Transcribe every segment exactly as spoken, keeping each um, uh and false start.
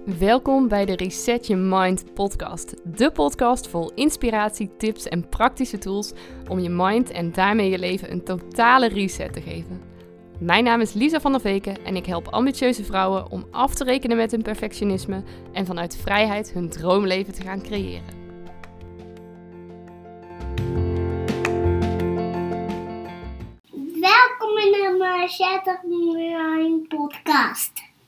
Welkom bij de Reset Your Mind podcast. De podcast vol inspiratie, tips en praktische tools om je mind en daarmee je leven een totale reset te geven. Mijn naam is Lisa van der Veken en ik help ambitieuze vrouwen om af te rekenen met hun perfectionisme en vanuit vrijheid hun droomleven te gaan creëren. Welkom in de Reset Your Mind podcast.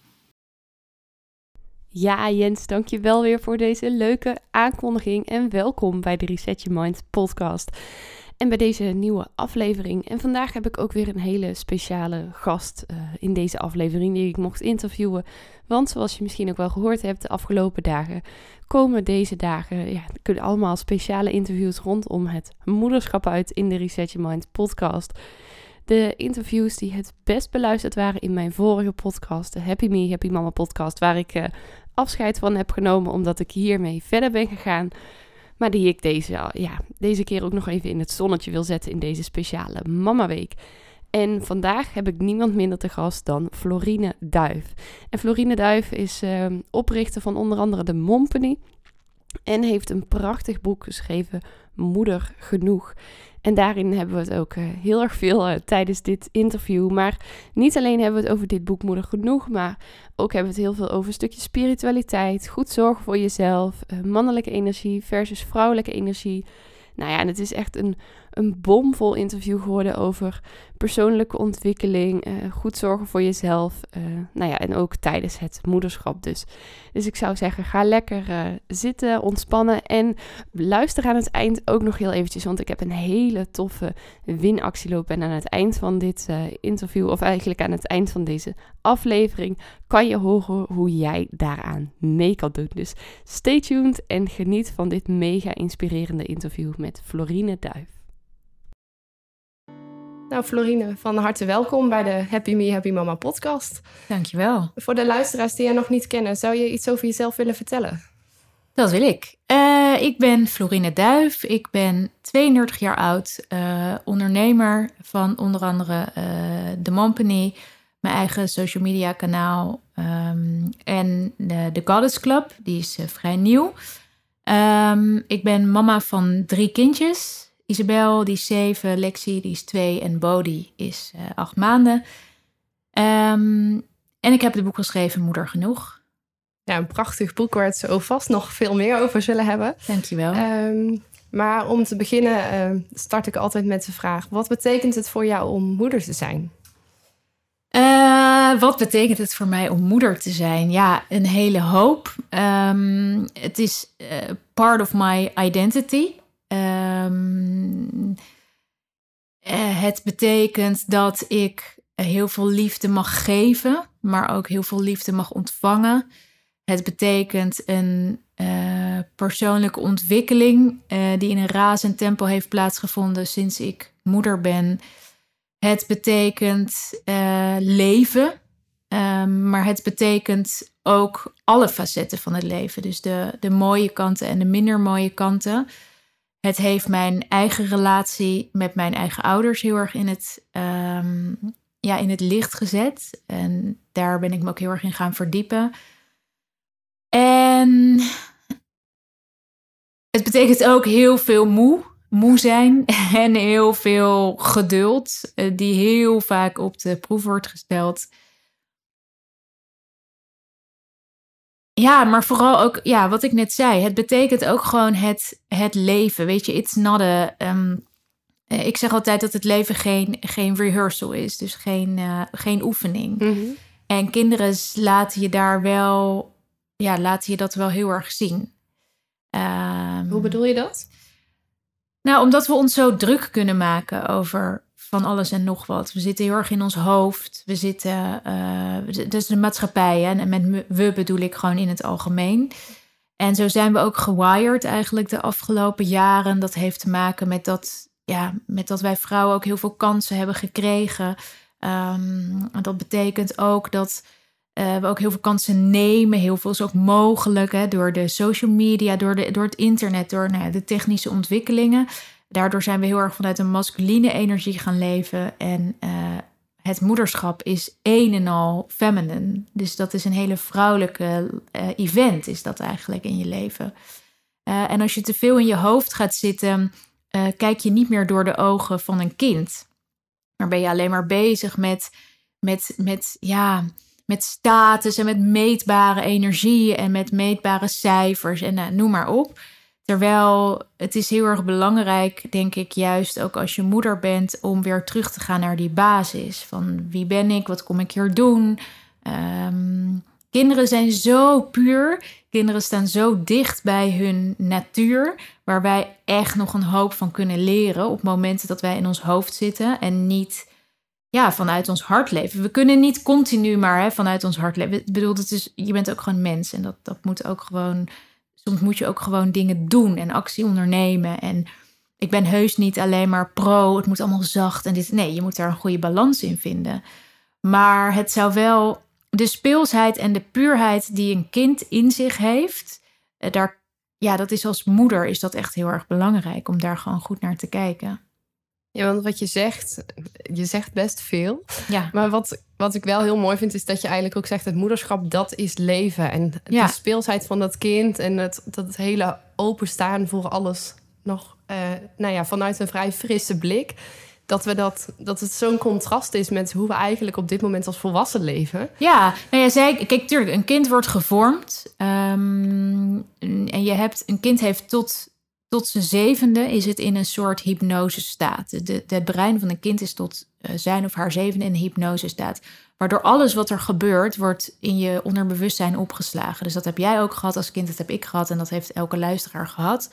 Ja, Jens, dank je wel weer voor deze leuke aankondiging en welkom bij de Reset Your Mind podcast. En bij deze nieuwe aflevering. En vandaag heb ik ook weer een hele speciale gast uh, in deze aflevering die ik mocht interviewen. Want zoals je misschien ook wel gehoord hebt, de afgelopen dagen komen deze dagen, ja, er kunnen allemaal speciale interviews rondom het moederschap uit in de Reset Your Mind podcast. De interviews die het best beluisterd waren in mijn vorige podcast, de Happy Me, Happy Mama podcast, waar ik uh, afscheid van heb genomen omdat ik hiermee verder ben gegaan. Maar die ik deze, ja, deze keer ook nog even in het zonnetje wil zetten in deze speciale Mama Week. En vandaag heb ik niemand minder te gast dan Florine Duif. En Florine Duif is uh, oprichter van onder andere de Mompany en heeft een prachtig boek geschreven, Moeder Genoeg. En daarin hebben we het ook uh, heel erg veel uh, tijdens dit interview. Maar niet alleen hebben we het over dit boek Moeder Genoeg, maar ook hebben we het heel veel over een stukje spiritualiteit, goed zorgen voor jezelf, uh, mannelijke energie versus vrouwelijke energie. Nou ja, en het is echt een, een bomvol interview geworden over persoonlijke ontwikkeling, uh, goed zorgen voor jezelf. Uh, nou ja, en ook tijdens het moederschap dus. Dus ik zou zeggen, ga lekker uh, zitten, ontspannen en luister aan het eind ook nog heel eventjes. Want ik heb een hele toffe winactie lopen. En aan het eind van dit uh, interview, of eigenlijk aan het eind van deze aflevering, kan je horen hoe jij daaraan mee kan doen. Dus stay tuned en geniet van dit mega inspirerende interview met Florine Duif. Nou, Florine, van harte welkom bij de Happy Me, Happy Mama podcast. Dankjewel. Voor de luisteraars die je nog niet kennen, zou je iets over jezelf willen vertellen? Dat wil ik. Uh, ik ben Florine Duif. Ik ben tweeëndertig jaar oud. Uh, ondernemer van onder andere uh, de Mompany, mijn eigen social media kanaal um, en de, de Goddess Club. Die is uh, vrij nieuw. Um, ik ben mama van drie kindjes. Isabel, die is zeven, Lexi, die is twee en Bodhi is uh, acht maanden. Um, en ik heb het boek geschreven, Moeder Genoeg. Ja, een prachtig boek waar het zo vast nog veel meer over zullen hebben. Dankjewel. Um, maar om te beginnen uh, start ik altijd met de vraag, wat betekent het voor jou om moeder te zijn? Uh, wat betekent het voor mij om moeder te zijn? Ja, een hele hoop. Um, het is uh, part of my identity. Um, uh, het betekent dat ik heel veel liefde mag geven, maar ook heel veel liefde mag ontvangen. Het betekent een uh, persoonlijke ontwikkeling uh, die in een razend tempo heeft plaatsgevonden sinds ik moeder ben. Het betekent uh, leven, um, maar het betekent ook alle facetten van het leven. Dus de, de mooie kanten en de minder mooie kanten. Het heeft mijn eigen relatie met mijn eigen ouders heel erg in het, um, ja, in het licht gezet. En daar ben ik me ook heel erg in gaan verdiepen. En het betekent ook heel veel moe. Moe zijn en heel veel geduld. Die heel vaak op de proef wordt gesteld. Ja, maar vooral ook, ja, wat ik net zei. Het betekent ook gewoon het, het leven. Weet je, it's not a... Um, ik zeg altijd dat het leven geen, geen rehearsal is. Dus geen, uh, geen oefening. Mm-hmm. En kinderen laten je daar wel... Ja, laten je dat wel heel erg zien. Um, Hoe bedoel je dat? Nou, omdat we ons zo druk kunnen maken over van alles en nog wat. We zitten heel erg in ons hoofd. We zitten, uh, dus de maatschappij, hè? En met we bedoel ik gewoon in het algemeen. En zo zijn we ook gewired eigenlijk de afgelopen jaren. Dat heeft te maken met dat, ja, met dat wij vrouwen ook heel veel kansen hebben gekregen. Um, en dat betekent ook dat uh, we ook heel veel kansen nemen. Heel veel is ook mogelijk, hè? Door de social media, door, de, door het internet, door nou ja, de technische ontwikkelingen. Daardoor zijn we heel erg vanuit een masculine energie gaan leven. En uh, het moederschap is een en al feminine. Dus dat is een hele vrouwelijke uh, event, is dat eigenlijk in je leven. Uh, en als je te veel in je hoofd gaat zitten, uh, kijk je niet meer door de ogen van een kind. Maar ben je alleen maar bezig met, met, met, ja, met status en met meetbare energieën en met meetbare cijfers en uh, noem maar op. Terwijl het is heel erg belangrijk, denk ik, juist ook als je moeder bent, om weer terug te gaan naar die basis. Van wie ben ik, wat kom ik hier doen? Um, kinderen zijn zo puur. Kinderen staan zo dicht bij hun natuur, waar wij echt nog een hoop van kunnen leren op momenten dat wij in ons hoofd zitten en niet ja, vanuit ons hart leven. We kunnen niet continu maar hè, vanuit ons hart leven. Ik bedoel, het is, je bent ook gewoon mens en dat, dat moet ook gewoon... Soms moet je ook gewoon dingen doen en actie ondernemen. En ik ben heus niet alleen maar pro, het moet allemaal zacht en dit. Nee, je moet daar een goede balans in vinden. Maar het zou wel de speelsheid en de puurheid die een kind in zich heeft, daar, ja, dat is als moeder is dat echt heel erg belangrijk om daar gewoon goed naar te kijken. Ja, want wat je zegt, je zegt best veel. Ja. Maar wat, wat ik wel heel mooi vind, is dat je eigenlijk ook zegt, het moederschap, dat is leven. En ja. de speelsheid van dat kind en het, dat hele openstaan voor alles nog, uh, nou ja, vanuit een vrij frisse blik. Dat, we dat, dat het zo'n contrast is met hoe we eigenlijk op dit moment als volwassen leven. Ja, nou ja, zei, kijk, tuurlijk, een kind wordt gevormd. Um, en je hebt, een kind heeft tot... Tot zijn zevende is het in een soort hypnosestaat. De, de, het brein van een kind is tot uh, zijn of haar zevende in een hypnosestaat. Waardoor alles wat er gebeurt, wordt in je onderbewustzijn opgeslagen. Dus dat heb jij ook gehad als kind, dat heb ik gehad. En dat heeft elke luisteraar gehad.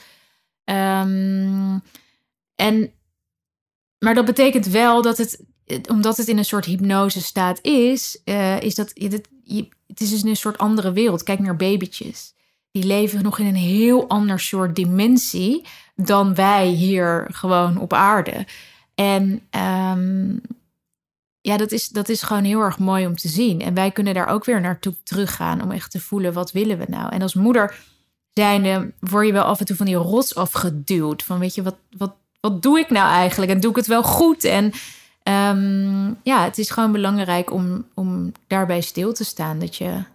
Um, en, maar dat betekent wel dat het, omdat het in een soort hypnosestaat is, uh, is dat het, het is dus een soort andere wereld. Kijk naar babytjes. Die leven nog in een heel ander soort dimensie dan wij hier gewoon op aarde. En um, ja, dat is, dat is gewoon heel erg mooi om te zien. En wij kunnen daar ook weer naartoe teruggaan om echt te voelen, wat willen we nou? En als moeder zijnde word je wel af en toe van die rots afgeduwd. Van weet je, wat, wat, wat doe ik nou eigenlijk? En doe ik het wel goed? En um, ja, het is gewoon belangrijk om, om daarbij stil te staan. Dat je,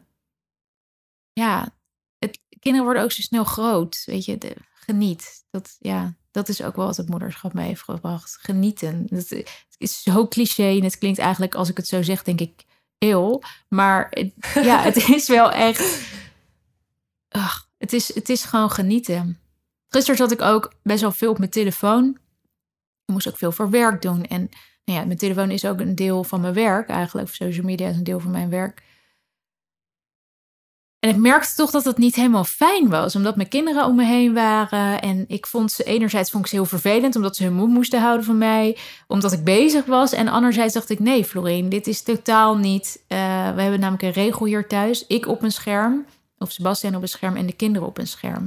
ja... Kinderen worden ook zo snel groot, weet je, de, geniet. Dat, ja, dat is ook wel wat het moederschap mij heeft gebracht. Genieten. Dat, het is zo cliché en het klinkt eigenlijk, als ik het zo zeg, denk ik, eeuw. Maar het, ja, het is wel echt... Ach, het, is, het is gewoon genieten. Gisteren zat ik ook best wel veel op mijn telefoon. Ik moest ook veel voor werk doen. En nou ja, mijn telefoon is ook een deel van mijn werk eigenlijk. Of social media is een deel van mijn werk. En ik merkte toch dat het niet helemaal fijn was. Omdat mijn kinderen om me heen waren. En ik vond ze, enerzijds vond ik ze heel vervelend. Omdat ze hun moed moesten houden van mij. Omdat ik bezig was. En anderzijds dacht ik, nee Florien, dit is totaal niet. Uh, we hebben namelijk een regel hier thuis. Ik op een scherm. Of Sebastian op een scherm. En de kinderen op een scherm.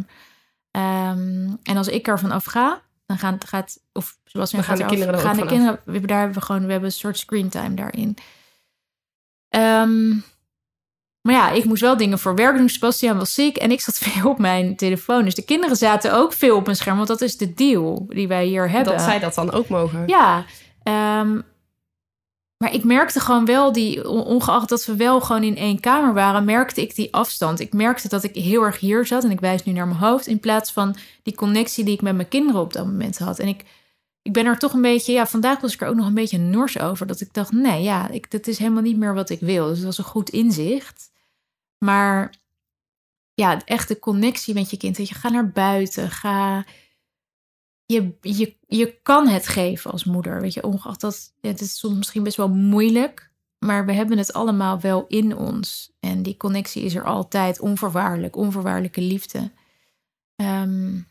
Um, en als ik ervan afga, dan gaan, gaat... Of Sebastian gaan gaat de kinderen af, gaan de kinderen, we hebben, daar hebben we gewoon... We hebben een soort screentime daarin. Um, Maar ja, ik moest wel dingen voor werk doen. Sebastian was ziek en ik zat veel op mijn telefoon. Dus de kinderen zaten ook veel op een scherm. Want dat is de deal die wij hier hebben. Dat zij dat dan ook mogen. Ja. Um, maar ik merkte gewoon wel die... Ongeacht dat we wel gewoon in één kamer waren... merkte ik die afstand. Ik merkte dat ik heel erg hier zat. En ik wijs nu naar mijn hoofd. In plaats van die connectie die ik met mijn kinderen op dat moment had. En ik, ik ben er toch een beetje... Ja, vandaag was ik er ook nog een beetje nors over. Dat ik dacht, nee, ja, ik, dat is helemaal niet meer wat ik wil. Dus dat was een goed inzicht. Maar ja, echt de connectie met je kind. Dat je gaat naar buiten. Ga, je, je, je kan het geven als moeder. Weet je, ongeacht dat... Ja, het is soms misschien best wel moeilijk. Maar we hebben het allemaal wel in ons. En die connectie is er altijd. Onvoorwaardelijk. Onvoorwaardelijke liefde. Um,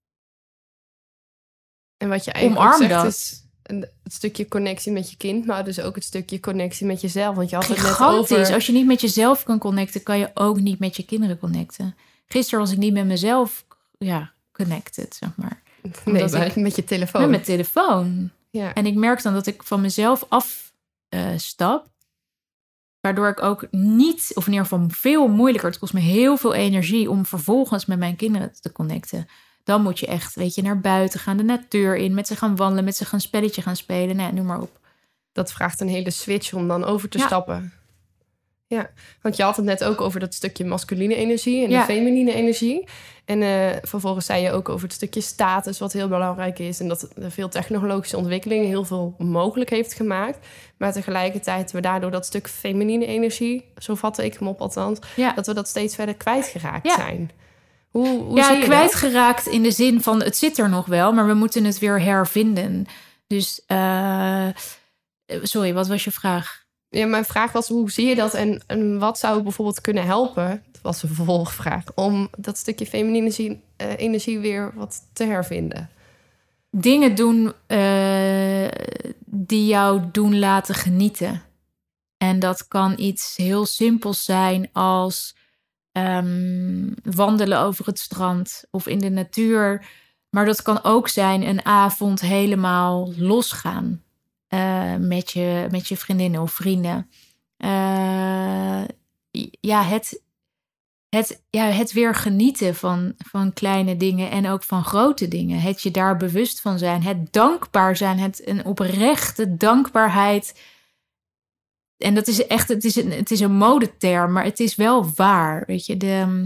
en wat je eigenlijk omarm zegt dat. is... het stukje connectie met je kind, maar dus ook het stukje connectie met jezelf. Want je had het net Gigantisch. over... Als je niet met jezelf kan connecten, kan je ook niet met je kinderen connecten. Gisteren was ik niet met mezelf ja, connected, zeg maar. Nee, maar met je telefoon. Met mijn telefoon. Ja. En ik merk dan dat ik van mezelf afstap. Uh, waardoor ik ook niet, of in ieder geval veel moeilijker... het kost me heel veel energie om vervolgens met mijn kinderen te connecten. Dan moet je echt, weet je, naar buiten gaan, de natuur in, met ze gaan wandelen, met ze gaan spelletje gaan spelen, nou, noem maar op. dat vraagt een hele switch om dan over te Ja. stappen. Ja, want je had het net ook over dat stukje masculine energie en Ja. de feminine energie. En uh, vervolgens zei je ook over het stukje status, wat heel belangrijk is. En dat er veel technologische ontwikkeling heel veel mogelijk heeft gemaakt. Maar tegelijkertijd we daardoor dat stuk feminine energie, zo vatte ik hem op althans, Ja. dat we dat steeds verder kwijtgeraakt Ja. zijn. Hoe, hoe ja, zie je kwijtgeraakt in de zin van het zit er nog wel, maar we moeten het weer hervinden. Dus, uh, sorry, wat was je vraag? Ja, mijn vraag was, hoe zie je dat en, en wat zou bijvoorbeeld kunnen helpen? Dat was een vervolgvraag. Om dat stukje feminine energie, uh, energie weer wat te hervinden. Dingen doen uh, die jou doen laten genieten. En dat kan iets heel simpels zijn als um, wandelen over het strand of in de natuur. Maar dat kan ook zijn een avond helemaal losgaan. Uh, met, je, met je vriendinnen of vrienden. Uh, ja, het, het, ja, het weer genieten van, van kleine dingen en ook van grote dingen. Het je daar bewust van zijn. Het dankbaar zijn. Het een oprechte dankbaarheid. En dat is echt, het is een, het is een modeterm, maar het is wel waar. Weet je, de,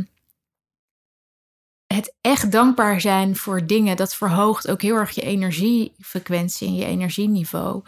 het echt dankbaar zijn voor dingen, dat verhoogt ook heel erg je energiefrequentie en je energieniveau.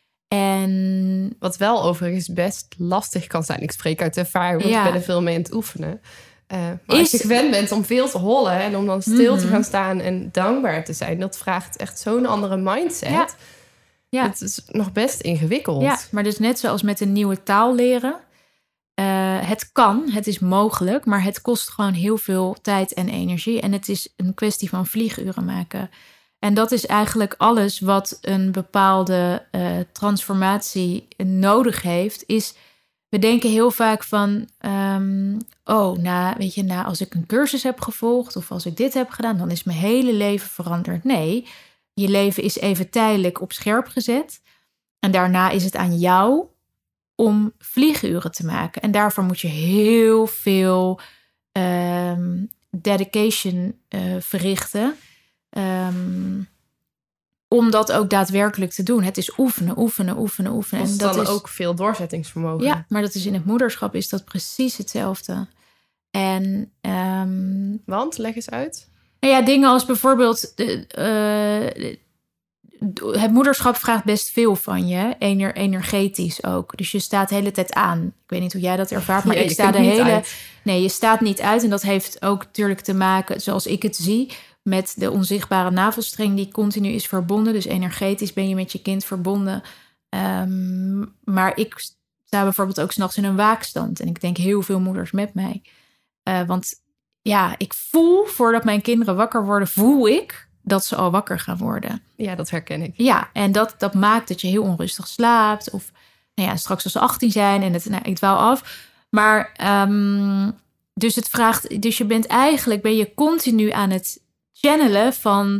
En wat wel overigens best lastig kan zijn. Ik spreek uit ervaring, want ja. ik ben er veel mee aan het oefenen. Uh, maar is, als je gewend bent om veel te hollen en om dan stil mm-hmm. te gaan staan en dankbaar te zijn, dat vraagt echt zo'n andere mindset. Ja. Ja. Het is nog best ingewikkeld. Ja, maar dus net zoals met een nieuwe taal leren. Uh, het kan, het is mogelijk, maar het kost gewoon heel veel tijd en energie. En het is een kwestie van vlieguren maken. En dat is eigenlijk alles wat een bepaalde uh, transformatie nodig heeft. Is, we denken heel vaak van, um, oh, nou, weet je, nou, als ik een cursus heb gevolgd of als ik dit heb gedaan, dan is mijn hele leven veranderd. Nee, je leven is even tijdelijk op scherp gezet. En daarna is het aan jou om vlieguren te maken. En daarvoor moet je heel veel um, dedication uh, verrichten. Um, om dat ook daadwerkelijk te doen. Het is oefenen, oefenen, oefenen, oefenen. Dat is en dat dan is ook veel doorzettingsvermogen. Ja, maar dat is in het moederschap is dat precies hetzelfde. En um, want, leg eens uit. Nou ja, dingen als bijvoorbeeld Uh, uh, het moederschap vraagt best veel van je, ener, energetisch ook. Dus je staat de hele tijd aan. Ik weet niet hoe jij dat ervaart, maar ja, ik sta de hele. Uit. Nee, je staat niet uit. En dat heeft ook natuurlijk te maken, zoals ik het zie, met de onzichtbare navelstreng die continu is verbonden. Dus energetisch ben je met je kind verbonden. Um, maar ik sta bijvoorbeeld ook 's nachts in een waakstand. En ik denk heel veel moeders met mij. Uh, want ja, ik voel voordat mijn kinderen wakker worden, voel ik dat ze al wakker gaan worden. Ja, dat herken ik. Ja, en dat, dat maakt dat je heel onrustig slaapt. Of nou ja, straks als ze achttien zijn en het, nou, ik dwaal af. Maar um, dus het vraagt, dus je bent eigenlijk, ben je continu aan het channelen van,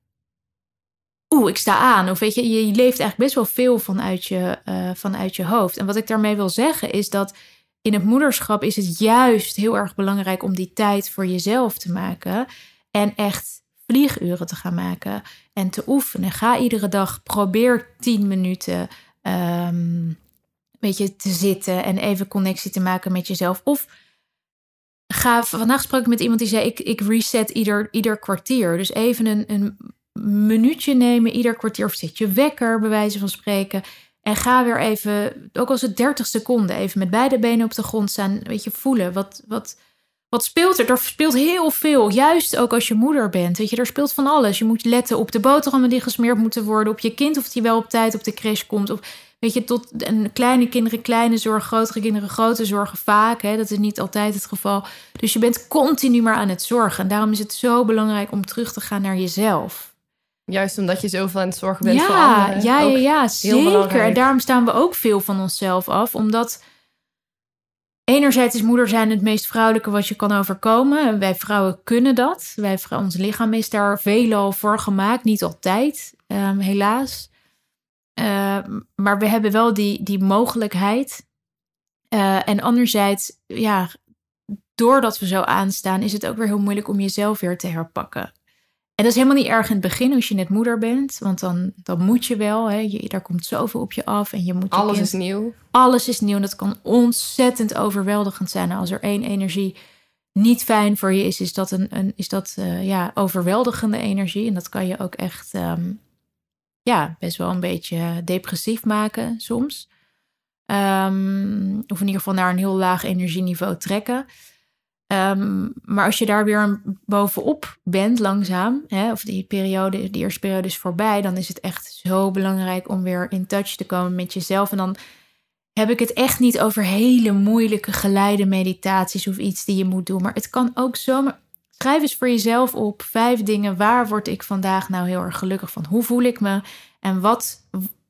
oeh, ik sta aan. Of weet je, je leeft eigenlijk best wel veel vanuit je, uh, vanuit je hoofd. En wat ik daarmee wil zeggen is dat in het moederschap is het juist heel erg belangrijk om die tijd voor jezelf te maken. En echt vlieguren te gaan maken en te oefenen. Ga iedere dag, probeer tien minuten um, weet je, te zitten en even connectie te maken met jezelf. Of ga, vandaag sprak ik met iemand die zei, ik, ik reset ieder, ieder kwartier. Dus even een, een minuutje nemen, ieder kwartier, of zet je wekker, bij wijze van spreken. En ga weer even, ook als het dertig seconden, even met beide benen op de grond staan, weet je, voelen. Wat, wat, wat speelt er? Er speelt heel veel. Juist ook als je moeder bent. Weet je, er speelt van alles. Je moet letten op de boterhammen die gesmeerd moeten worden, op je kind of die wel op tijd op de crash komt. Of weet je, tot en kleine kinderen kleine zorgen, grotere kinderen grote zorgen vaak. Hè, dat is niet altijd het geval. Dus je bent continu maar aan het zorgen. En daarom is het zo belangrijk om terug te gaan naar jezelf. Juist omdat je zoveel aan het zorgen bent ja, voor anderen. Ja, ja, ja, zeker. Belangrijk. En daarom staan we ook veel van onszelf af. Omdat enerzijds is moeder zijn het meest vrouwelijke wat je kan overkomen. Wij vrouwen kunnen dat. Wij, ons lichaam is daar veelal voor gemaakt. Niet altijd, um, helaas. Uh, maar we hebben wel die, die mogelijkheid. Uh, en anderzijds, ja, doordat we zo aanstaan, is het ook weer heel moeilijk om jezelf weer te herpakken. En dat is helemaal niet erg in het begin als je net moeder bent. Want dan, dan moet je wel. Hè. Je, daar komt zoveel op je af. En je moet je Alles kind, is nieuw. Alles is nieuw. En dat kan ontzettend overweldigend zijn. Als er één energie niet fijn voor je is, is dat, een, een, is dat uh, ja, overweldigende energie. En dat kan je ook echt um, ja, best wel een beetje depressief maken soms. Um, of in ieder geval naar een heel laag energieniveau trekken. Um, maar als je daar weer bovenop bent langzaam, hè, of die periode, die eerste periode is voorbij, dan is het echt zo belangrijk om weer in touch te komen met jezelf. En dan heb ik het echt niet over hele moeilijke geleide meditaties of iets die je moet doen. Maar het kan ook zomaar. Schrijf eens voor jezelf op vijf dingen. Waar word ik vandaag nou heel erg gelukkig van? Hoe voel ik me? En wat,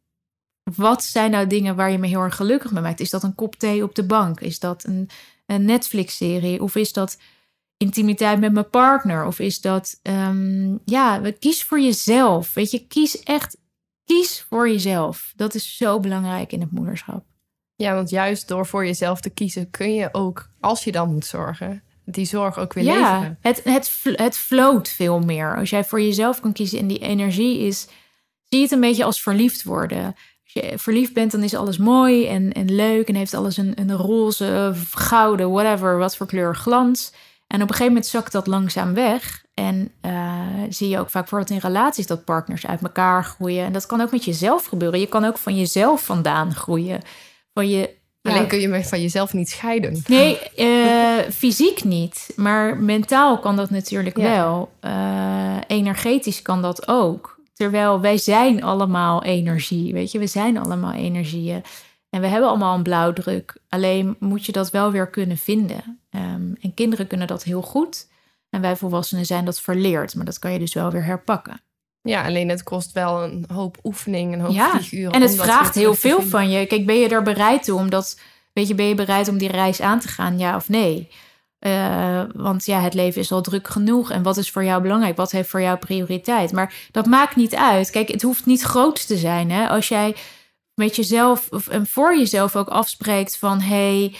wat zijn nou dingen waar je me heel erg gelukkig mee maakt? Is dat een kop thee op de bank? Is dat een, een Netflix-serie? Of is dat intimiteit met mijn partner? Of is dat, um, ja, kies voor jezelf. Weet je, kies echt, kies voor jezelf. Dat is zo belangrijk in het moederschap. Ja, want juist door voor jezelf te kiezen kun je ook, als je dan moet zorgen, die zorg ook weer ja, leveren. Het, het, het float veel meer. Als jij voor jezelf kan kiezen en die energie is, zie je het een beetje als verliefd worden. Als je verliefd bent, dan is alles mooi en, en leuk en heeft alles een, een roze, gouden, whatever, wat voor kleur glans. En op een gegeven moment zakt dat langzaam weg. En uh, zie je ook vaak bijvoorbeeld in relaties dat partners uit elkaar groeien. En dat kan ook met jezelf gebeuren. Je kan ook van jezelf vandaan groeien. Van je, Alleen ja, kun je van jezelf niet scheiden. Nee, uh, fysiek niet. Maar mentaal kan dat natuurlijk ja. wel. Uh, energetisch kan dat ook. Terwijl wij zijn allemaal energie. Weet je, we zijn allemaal energieën. En we hebben allemaal een blauwdruk. Alleen moet je dat wel weer kunnen vinden. Um, en kinderen kunnen dat heel goed. En wij volwassenen zijn dat verleerd. Maar dat kan je dus wel weer herpakken. Ja, alleen het kost wel een hoop oefening, een hoop ja, vlieguren. en het vraagt heel veel van je. Kijk, ben je er bereid toe om dat, weet je, ben je bereid om die reis aan te gaan, ja of nee? Uh, want ja, het leven is al druk genoeg. En wat is voor jou belangrijk? Wat heeft voor jou prioriteit? Maar dat maakt niet uit. Kijk, het hoeft niet groot te zijn. Hè? Als jij met jezelf of, en voor jezelf ook afspreekt van, hey,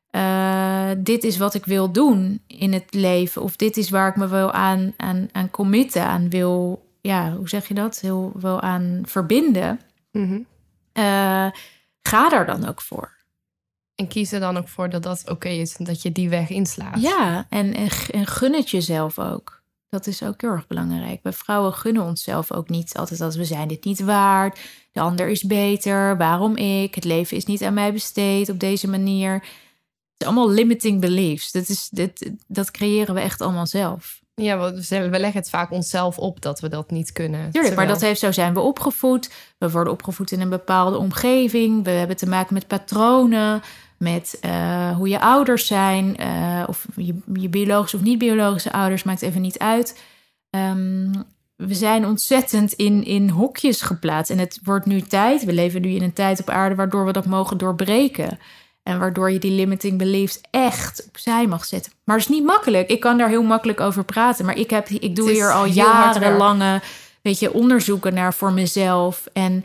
uh, dit is wat ik wil doen in het leven. Of dit is waar ik me wel aan, aan, aan committen, aan wil. Ja, hoe zeg je dat? Heel wel aan verbinden. Mm-hmm. Uh, ga daar dan ook voor. En kies er dan ook voor dat dat oké okay is en dat je die weg inslaat. Ja, en, en, en gun het jezelf ook. Dat is ook heel erg belangrijk. Wij vrouwen gunnen onszelf ook niet altijd als we zijn dit niet waard. De ander is beter. Waarom ik? Het leven is niet aan mij besteed op deze manier. Het is allemaal limiting beliefs. Dat, is, dat, dat creëren we echt allemaal zelf. Ja, we leggen het vaak onszelf op dat we dat niet kunnen. Tuurlijk, terwijl... maar dat heeft, zo zijn we opgevoed. We worden opgevoed in een bepaalde omgeving. We hebben te maken met patronen, met uh, hoe je ouders zijn. Uh, of je, je biologische of niet-biologische ouders, maakt even niet uit. Um, we zijn ontzettend in, in hokjes geplaatst. En het wordt nu tijd, we leven nu in een tijd op aarde waardoor we dat mogen doorbreken. En waardoor je die limiting beliefs echt opzij mag zetten. Maar het is niet makkelijk. Ik kan daar heel makkelijk over praten. Maar ik, heb, ik doe hier al jarenlange weet je, onderzoeken naar voor mezelf. En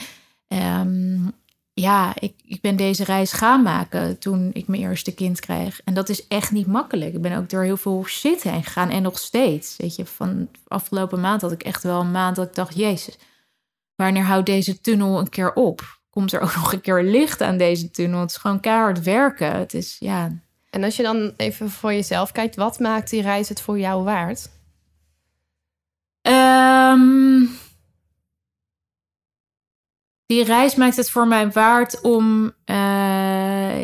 um, ja, ik, ik ben deze reis gaan maken toen ik mijn eerste kind kreeg. En dat is echt niet makkelijk. Ik ben ook door heel veel shit heen gegaan. En nog steeds. Weet je, van afgelopen maand had ik echt wel een maand dat ik dacht, Jezus, wanneer houdt deze tunnel een keer op? Komt er ook nog een keer licht aan deze tunnel? Het is gewoon keihard werken. Het is, ja. En als je dan even voor jezelf kijkt, wat maakt die reis het voor jou waard? Um, die reis maakt het voor mij waard om, uh,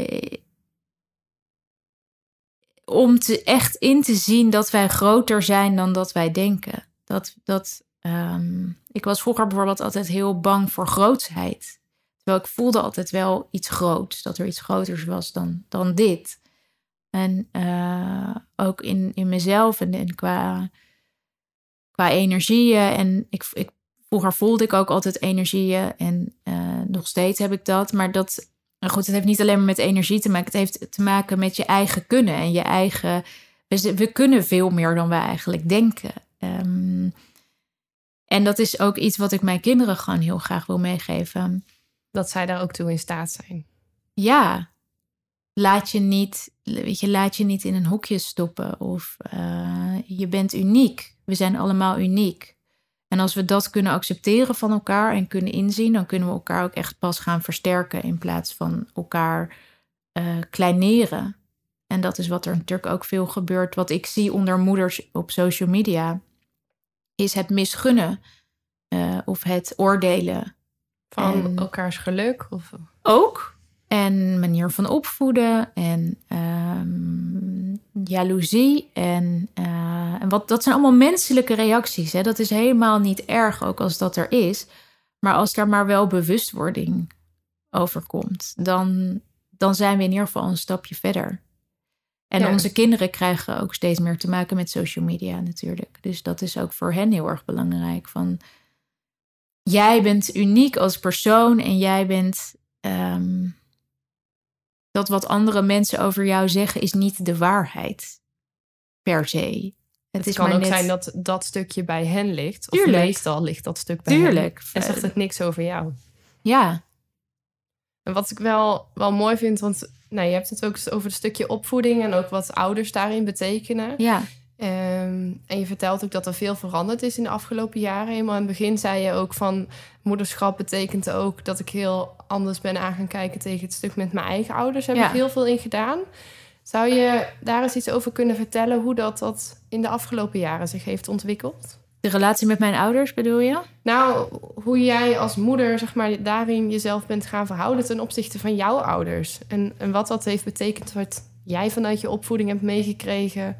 om te echt in te zien dat wij groter zijn dan dat wij denken. Dat, dat, um, ik was vroeger bijvoorbeeld altijd heel bang voor grootsheid. Terwijl ik voelde altijd wel iets groots. Dat er iets groters was dan, dan dit. En uh, ook in, in mezelf en, en qua, qua energieën. En ik, ik, vroeger voelde ik ook altijd energieën. En uh, nog steeds heb ik dat. Maar dat, nou goed, het heeft niet alleen maar met energie te maken. Het heeft te maken met je eigen kunnen. En je eigen. We, we kunnen veel meer dan we eigenlijk denken. Um, en dat is ook iets wat ik mijn kinderen gewoon heel graag wil meegeven. Dat zij daar ook toe in staat zijn. Ja, laat je niet, weet je, laat je niet in een hokje stoppen. Of uh, je bent uniek. We zijn allemaal uniek. En als we dat kunnen accepteren van elkaar en kunnen inzien, dan kunnen we elkaar ook echt pas gaan versterken in plaats van elkaar uh, kleineren. En dat is wat er natuurlijk ook veel gebeurt. Wat ik zie onder moeders op social media, is het misgunnen uh, of het oordelen. Van en elkaars geluk? Of... Ook. En manier van opvoeden en um, jaloezie. En, uh, en wat, dat zijn allemaal menselijke reacties. Hè? Dat is helemaal niet erg, ook als dat er is. Maar als daar maar wel bewustwording over komt, dan, dan zijn we in ieder geval een stapje verder. En ja. Onze kinderen krijgen ook steeds meer te maken met social media natuurlijk. Dus dat is ook voor hen heel erg belangrijk. Van, jij bent uniek als persoon en jij bent... Um, dat wat andere mensen over jou zeggen is niet de waarheid per se. Het, het is kan maar ook net... zijn dat dat stukje bij hen ligt. Of Tuurlijk. meestal ligt dat stuk bij Tuurlijk. hen. En zegt het niks over jou. Ja. En wat ik wel, wel mooi vind, want nou, je hebt het ook over het stukje opvoeding en ook wat ouders daarin betekenen. Ja. Um, en je vertelt ook dat er veel veranderd is in de afgelopen jaren. Helemaal in het begin zei je ook van... moederschap betekent ook dat ik heel anders ben aan gaan kijken... tegen het stuk met mijn eigen ouders. Daar heb ja. ik heel veel in gedaan. Zou je daar eens iets over kunnen vertellen... hoe dat, dat in de afgelopen jaren zich heeft ontwikkeld? De relatie met mijn ouders bedoel je? Nou, hoe jij als moeder zeg maar, daarin jezelf bent gaan verhouden... ten opzichte van jouw ouders. En, en wat dat heeft betekend... wat jij vanuit je opvoeding hebt meegekregen...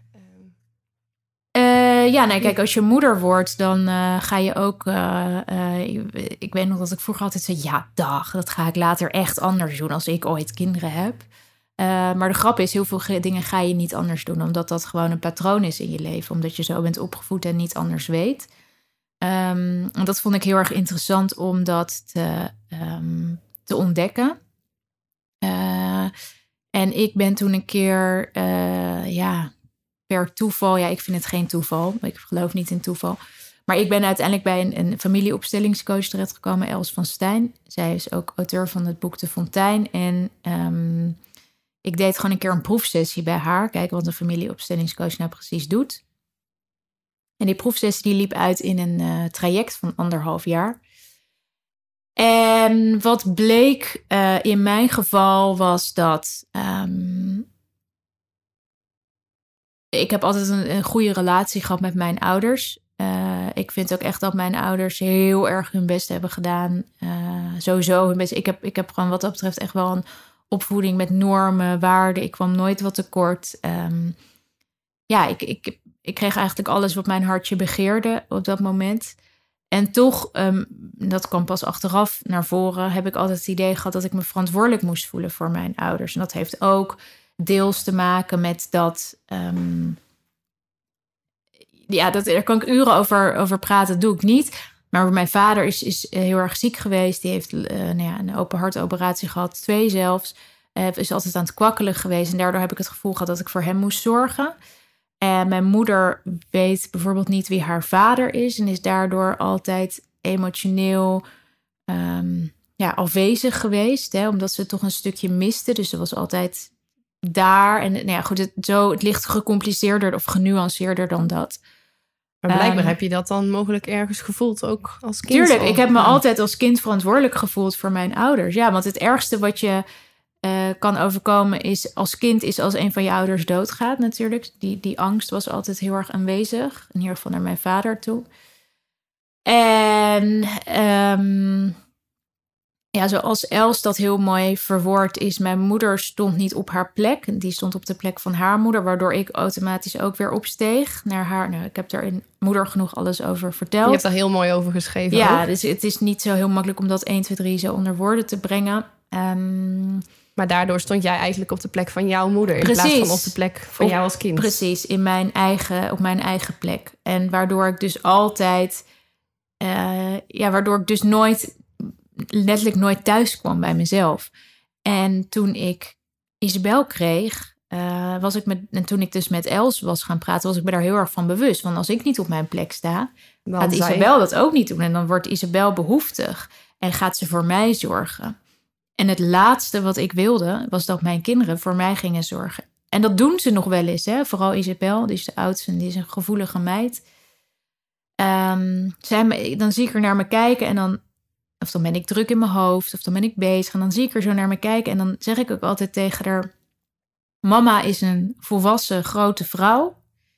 Uh, ja, nee, kijk, als je moeder wordt, dan uh, ga je ook... Uh, uh, ik weet nog dat ik vroeger altijd zei... ja, dag, dat ga ik later echt anders doen... als ik ooit kinderen heb. Uh, maar de grap is, heel veel dingen ga je niet anders doen... omdat dat gewoon een patroon is in je leven. Omdat je zo bent opgevoed en niet anders weet. Um, en dat vond ik heel erg interessant om dat te, um, te ontdekken. Uh, en ik ben toen een keer... Uh, ja... per toeval, ja, ik vind het geen toeval. Ik geloof niet in toeval. Maar ik ben uiteindelijk bij een, een familieopstellingscoach terechtgekomen, Els van Stijn. Zij is ook auteur van het boek De Fontein. En um, ik deed gewoon een keer een proefsessie bij haar. Kijken wat een familieopstellingscoach nou precies doet. En die proefsessie die liep uit in een uh, traject van anderhalf jaar. En wat bleek uh, in mijn geval was dat... Um, Ik heb altijd een, een goede relatie gehad met mijn ouders. Uh, ik vind ook echt dat mijn ouders heel erg hun best hebben gedaan. Uh, sowieso hun best. Ik heb, ik heb gewoon wat dat betreft echt wel een opvoeding met normen, waarden. Ik kwam nooit wat tekort. Um, ja, ik, ik, ik kreeg eigenlijk alles wat mijn hartje begeerde op dat moment. En toch, um, dat kwam pas achteraf naar voren... heb ik altijd het idee gehad dat ik me verantwoordelijk moest voelen voor mijn ouders. En dat heeft ook... deels te maken met dat... Um, ja, dat, daar kan ik uren over, over praten, doe ik niet. Maar mijn vader is, is heel erg ziek geweest. Die heeft uh, nou ja, een open hartoperatie gehad, twee zelfs. Uh, is altijd aan het kwakkelen geweest. En daardoor heb ik het gevoel gehad dat ik voor hem moest zorgen. En mijn moeder weet bijvoorbeeld niet wie haar vader is... en is daardoor altijd emotioneel... Um, ja, afwezig geweest. Hè, omdat ze toch een stukje miste. Dus ze was altijd... daar. En nou ja, goed, het, zo, het ligt gecompliceerder of genuanceerder dan dat. Maar blijkbaar um, heb je dat dan mogelijk ergens gevoeld, ook als kind. Tuurlijk, al. ik heb me altijd als kind verantwoordelijk gevoeld voor mijn ouders. Ja, want het ergste wat je uh, kan overkomen is als kind... is als een van je ouders doodgaat natuurlijk. Die, die angst was altijd heel erg aanwezig. In ieder geval naar mijn vader toe. En... Um, Ja, zoals Els dat heel mooi verwoordt is... mijn moeder stond niet op haar plek. Die stond op de plek van haar moeder... waardoor ik automatisch ook weer opsteeg naar haar. Nou, ik heb daar in Moeder Genoeg alles over verteld. Je hebt daar heel mooi over geschreven. Ja, ook. dus het is niet zo heel makkelijk... om dat één, twee, drie zo onder woorden te brengen. Um, maar daardoor stond jij eigenlijk op de plek van jouw moeder... in precies, plaats van op de plek van op, jou als kind. Precies, in mijn eigen, op mijn eigen plek. En waardoor ik dus altijd... Uh, ja, waardoor ik dus nooit... letterlijk nooit thuis kwam bij mezelf. En toen ik Isabel kreeg, uh, was ik met, en toen ik dus met Els was gaan praten, was ik me daar heel erg van bewust. Want als ik niet op mijn plek sta, dan gaat Isabel dat ook niet doen. En dan wordt Isabel behoeftig en gaat ze voor mij zorgen. En het laatste wat ik wilde, was dat mijn kinderen voor mij gingen zorgen. En dat doen ze nog wel eens, hè? Vooral Isabel, die is de oudste en die is een gevoelige meid. Um, zij me, dan zie ik er naar me kijken en dan... Of dan ben ik druk in mijn hoofd, of dan ben ik bezig. En dan zie ik er zo naar me kijken en dan zeg ik ook altijd tegen haar... Mama is een volwassen grote vrouw.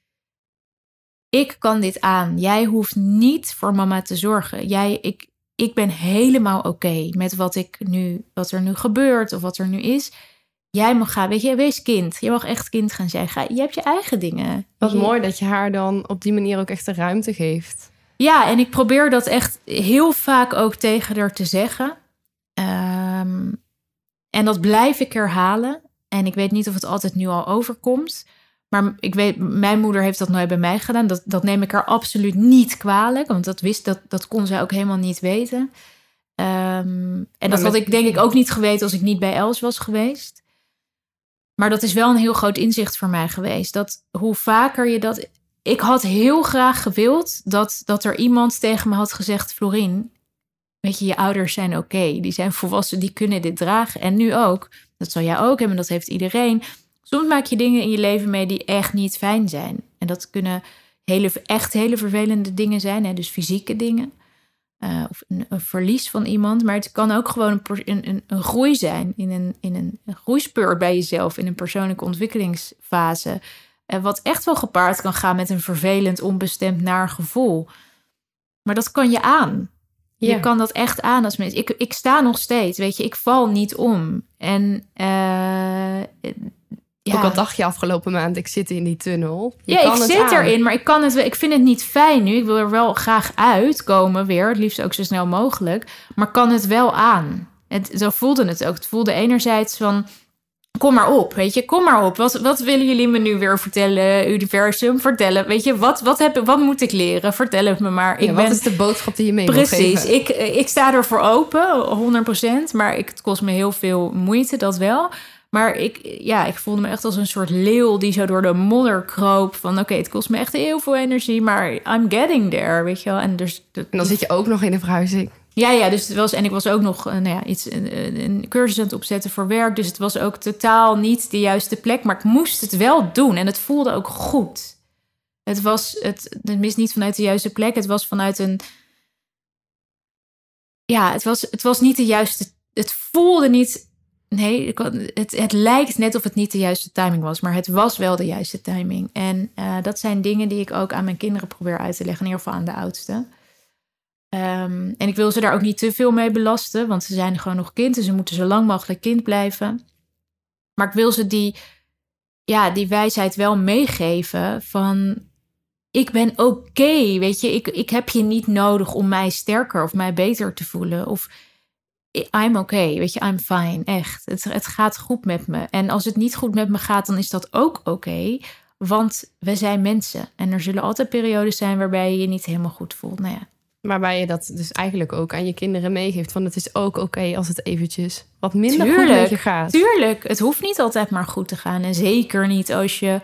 Ik kan dit aan. Jij hoeft niet voor mama te zorgen. Jij, ik, ik ben helemaal oké okay met wat, ik nu, wat er nu gebeurt of wat er nu is. Jij mag gaan, weet je, wees kind. Je mag echt kind gaan zijn. Ga, je hebt je eigen dingen. Wat je, mooi dat je haar dan op die manier ook echt de ruimte geeft. Ja, en ik probeer dat echt heel vaak ook tegen haar te zeggen. Um, en dat blijf ik herhalen. En ik weet niet of het altijd nu al overkomt. Maar ik weet, mijn moeder heeft dat nooit bij mij gedaan. Dat, dat neem ik haar absoluut niet kwalijk. Want dat, wist, dat, dat kon zij ook helemaal niet weten. Um, en maar dat had met... ik denk ik ook niet geweten als ik niet bij Els was geweest. Maar dat is wel een heel groot inzicht voor mij geweest. Dat hoe vaker je dat... Ik had heel graag gewild dat, dat er iemand tegen me had gezegd... Florien, weet je, je ouders zijn oké. Okay. Die zijn volwassen, die kunnen dit dragen. En nu ook. Dat zal jij ook hebben, dat heeft iedereen. Soms maak je dingen in je leven mee die echt niet fijn zijn. En dat kunnen hele, echt hele vervelende dingen zijn. Hè? Dus fysieke dingen. Uh, of een, een verlies van iemand. Maar het kan ook gewoon een, een, een, een groei zijn. In een, in een, een groeispeur bij jezelf. In een persoonlijke ontwikkelingsfase. Uh, wat echt wel gepaard kan gaan met een vervelend, onbestemd naar gevoel. Maar dat kan je aan. Ja. Je kan dat echt aan als mens. Ik, ik sta nog steeds, weet je. Ik val niet om. En uh, ja. Ook al dacht je afgelopen maand, ik zit in die tunnel. Je ja, kan ik het zit aan. erin, maar ik kan het. Ik vind het niet fijn nu. Ik wil er wel graag uitkomen weer. Het liefst ook zo snel mogelijk. Maar kan het wel aan. Het, zo voelde het ook. Het voelde enerzijds van... Kom maar op, weet je, kom maar op. Wat, wat willen jullie me nu weer vertellen, universum? Vertellen, weet je, wat, wat, heb, wat moet ik leren? Vertel het me maar. Ik ja, wat ben... is de boodschap die je mee Precies, wil geven? ik, ik sta ervoor open, honderd procent. Maar ik, het kost me heel veel moeite, dat wel. Maar ik, ja, ik voelde me echt als een soort leeuw die zo door de modder kroop. Van oké, okay, het kost me echt heel veel energie, maar I'm getting there, weet je wel. En, dus, en dan zit je ook nog in de verhuizing. Ja, ja, dus het was, en ik was ook nog nou ja, iets, een, een cursus aan het opzetten voor werk. Dus het was ook totaal niet de juiste plek. Maar ik moest het wel doen en het voelde ook goed. Het was, het, tenminste niet vanuit de juiste plek. Het was vanuit een... Ja, het was, het was niet de juiste... Het voelde niet... Nee, het, het lijkt net of het niet de juiste timing was. Maar het was wel de juiste timing. En uh, dat zijn dingen die ik ook aan mijn kinderen probeer uit te leggen. In ieder geval aan de oudste. Um, en ik wil ze daar ook niet te veel mee belasten, want ze zijn gewoon nog kind en ze moeten zo lang mogelijk kind blijven. Maar ik wil ze die, ja, die wijsheid wel meegeven van, ik ben oké, okay, weet je, ik, ik heb je niet nodig om mij sterker of mij beter te voelen. Of I'm okay, weet je, I'm fine, echt. Het, het gaat goed met me. En als het niet goed met me gaat, dan is dat ook oké, okay, want we zijn mensen. En er zullen altijd periodes zijn waarbij je je niet helemaal goed voelt, nou ja. Waarbij je dat dus eigenlijk ook aan je kinderen meegeeft. Van het is ook oké okay als het eventjes wat minder tuurlijk, goed met je gaat. Tuurlijk, het hoeft niet altijd maar goed te gaan. En zeker niet als je,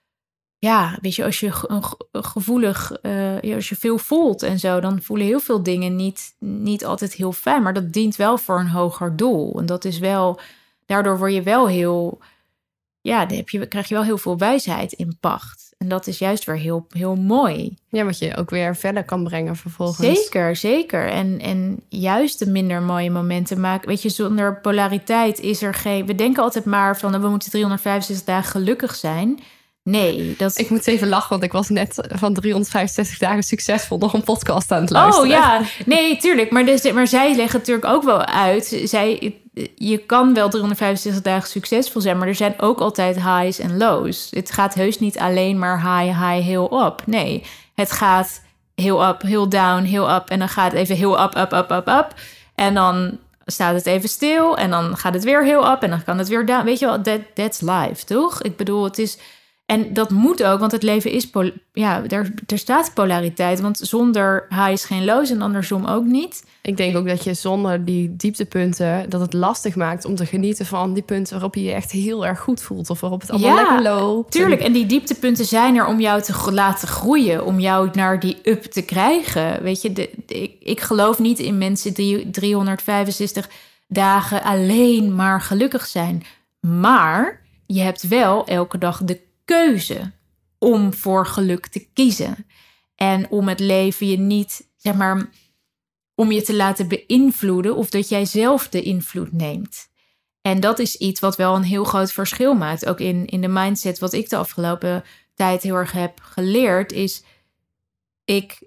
ja, weet je, als je gevoelig, uh, als je veel voelt en zo. Dan voelen heel veel dingen niet, niet altijd heel fijn. Maar dat dient wel voor een hoger doel. En dat is wel, daardoor word je wel heel, ja, dan heb je, krijg je wel heel veel wijsheid in pacht. En dat is juist weer heel, heel mooi. Ja, wat je ook weer verder kan brengen vervolgens. Zeker, zeker. En, en juist de minder mooie momenten maken. Weet je, zonder polariteit is er geen... We denken altijd maar van, we moeten driehonderdvijfenzestig dagen gelukkig zijn. Nee, dat... Ik moet even lachen, want ik was net van driehonderdvijfenzestig dagen succesvol nog een podcast aan het luisteren. Oh ja, nee, tuurlijk. Maar, dus, maar zij leggen natuurlijk ook wel uit. Zij, je kan wel driehonderdvijfenzestig dagen succesvol zijn, maar er zijn ook altijd highs en lows. Het gaat heus niet alleen maar high, high, heel up. Nee, het gaat heel up, heel down, heel up. En dan gaat het even heel up, up, up, up, up. En dan staat het even stil. En dan gaat het weer heel up. En dan kan het weer down. Weet je wel, that, that's life, toch? Ik bedoel, het is... En dat moet ook, want het leven is... Pol- ja, er, er staat polariteit. Want zonder highs geen lows en andersom ook niet. Ik denk ook dat je zonder die dieptepunten... dat het lastig maakt om te genieten van die punten... waarop je je echt heel erg goed voelt. Of waarop het allemaal ja, lekker loopt. Tuurlijk, en die dieptepunten zijn er om jou te laten groeien. Om jou naar die up te krijgen. Weet je, de, de, ik, ik geloof niet in mensen die driehonderdvijfenzestig dagen alleen maar gelukkig zijn. Maar je hebt wel elke dag de keuze om voor geluk te kiezen. En om het leven je niet, zeg maar, om je te laten beïnvloeden of dat jij zelf de invloed neemt. En dat is iets wat wel een heel groot verschil maakt. Ook in, in de mindset wat ik de afgelopen tijd heel erg heb geleerd is, ik,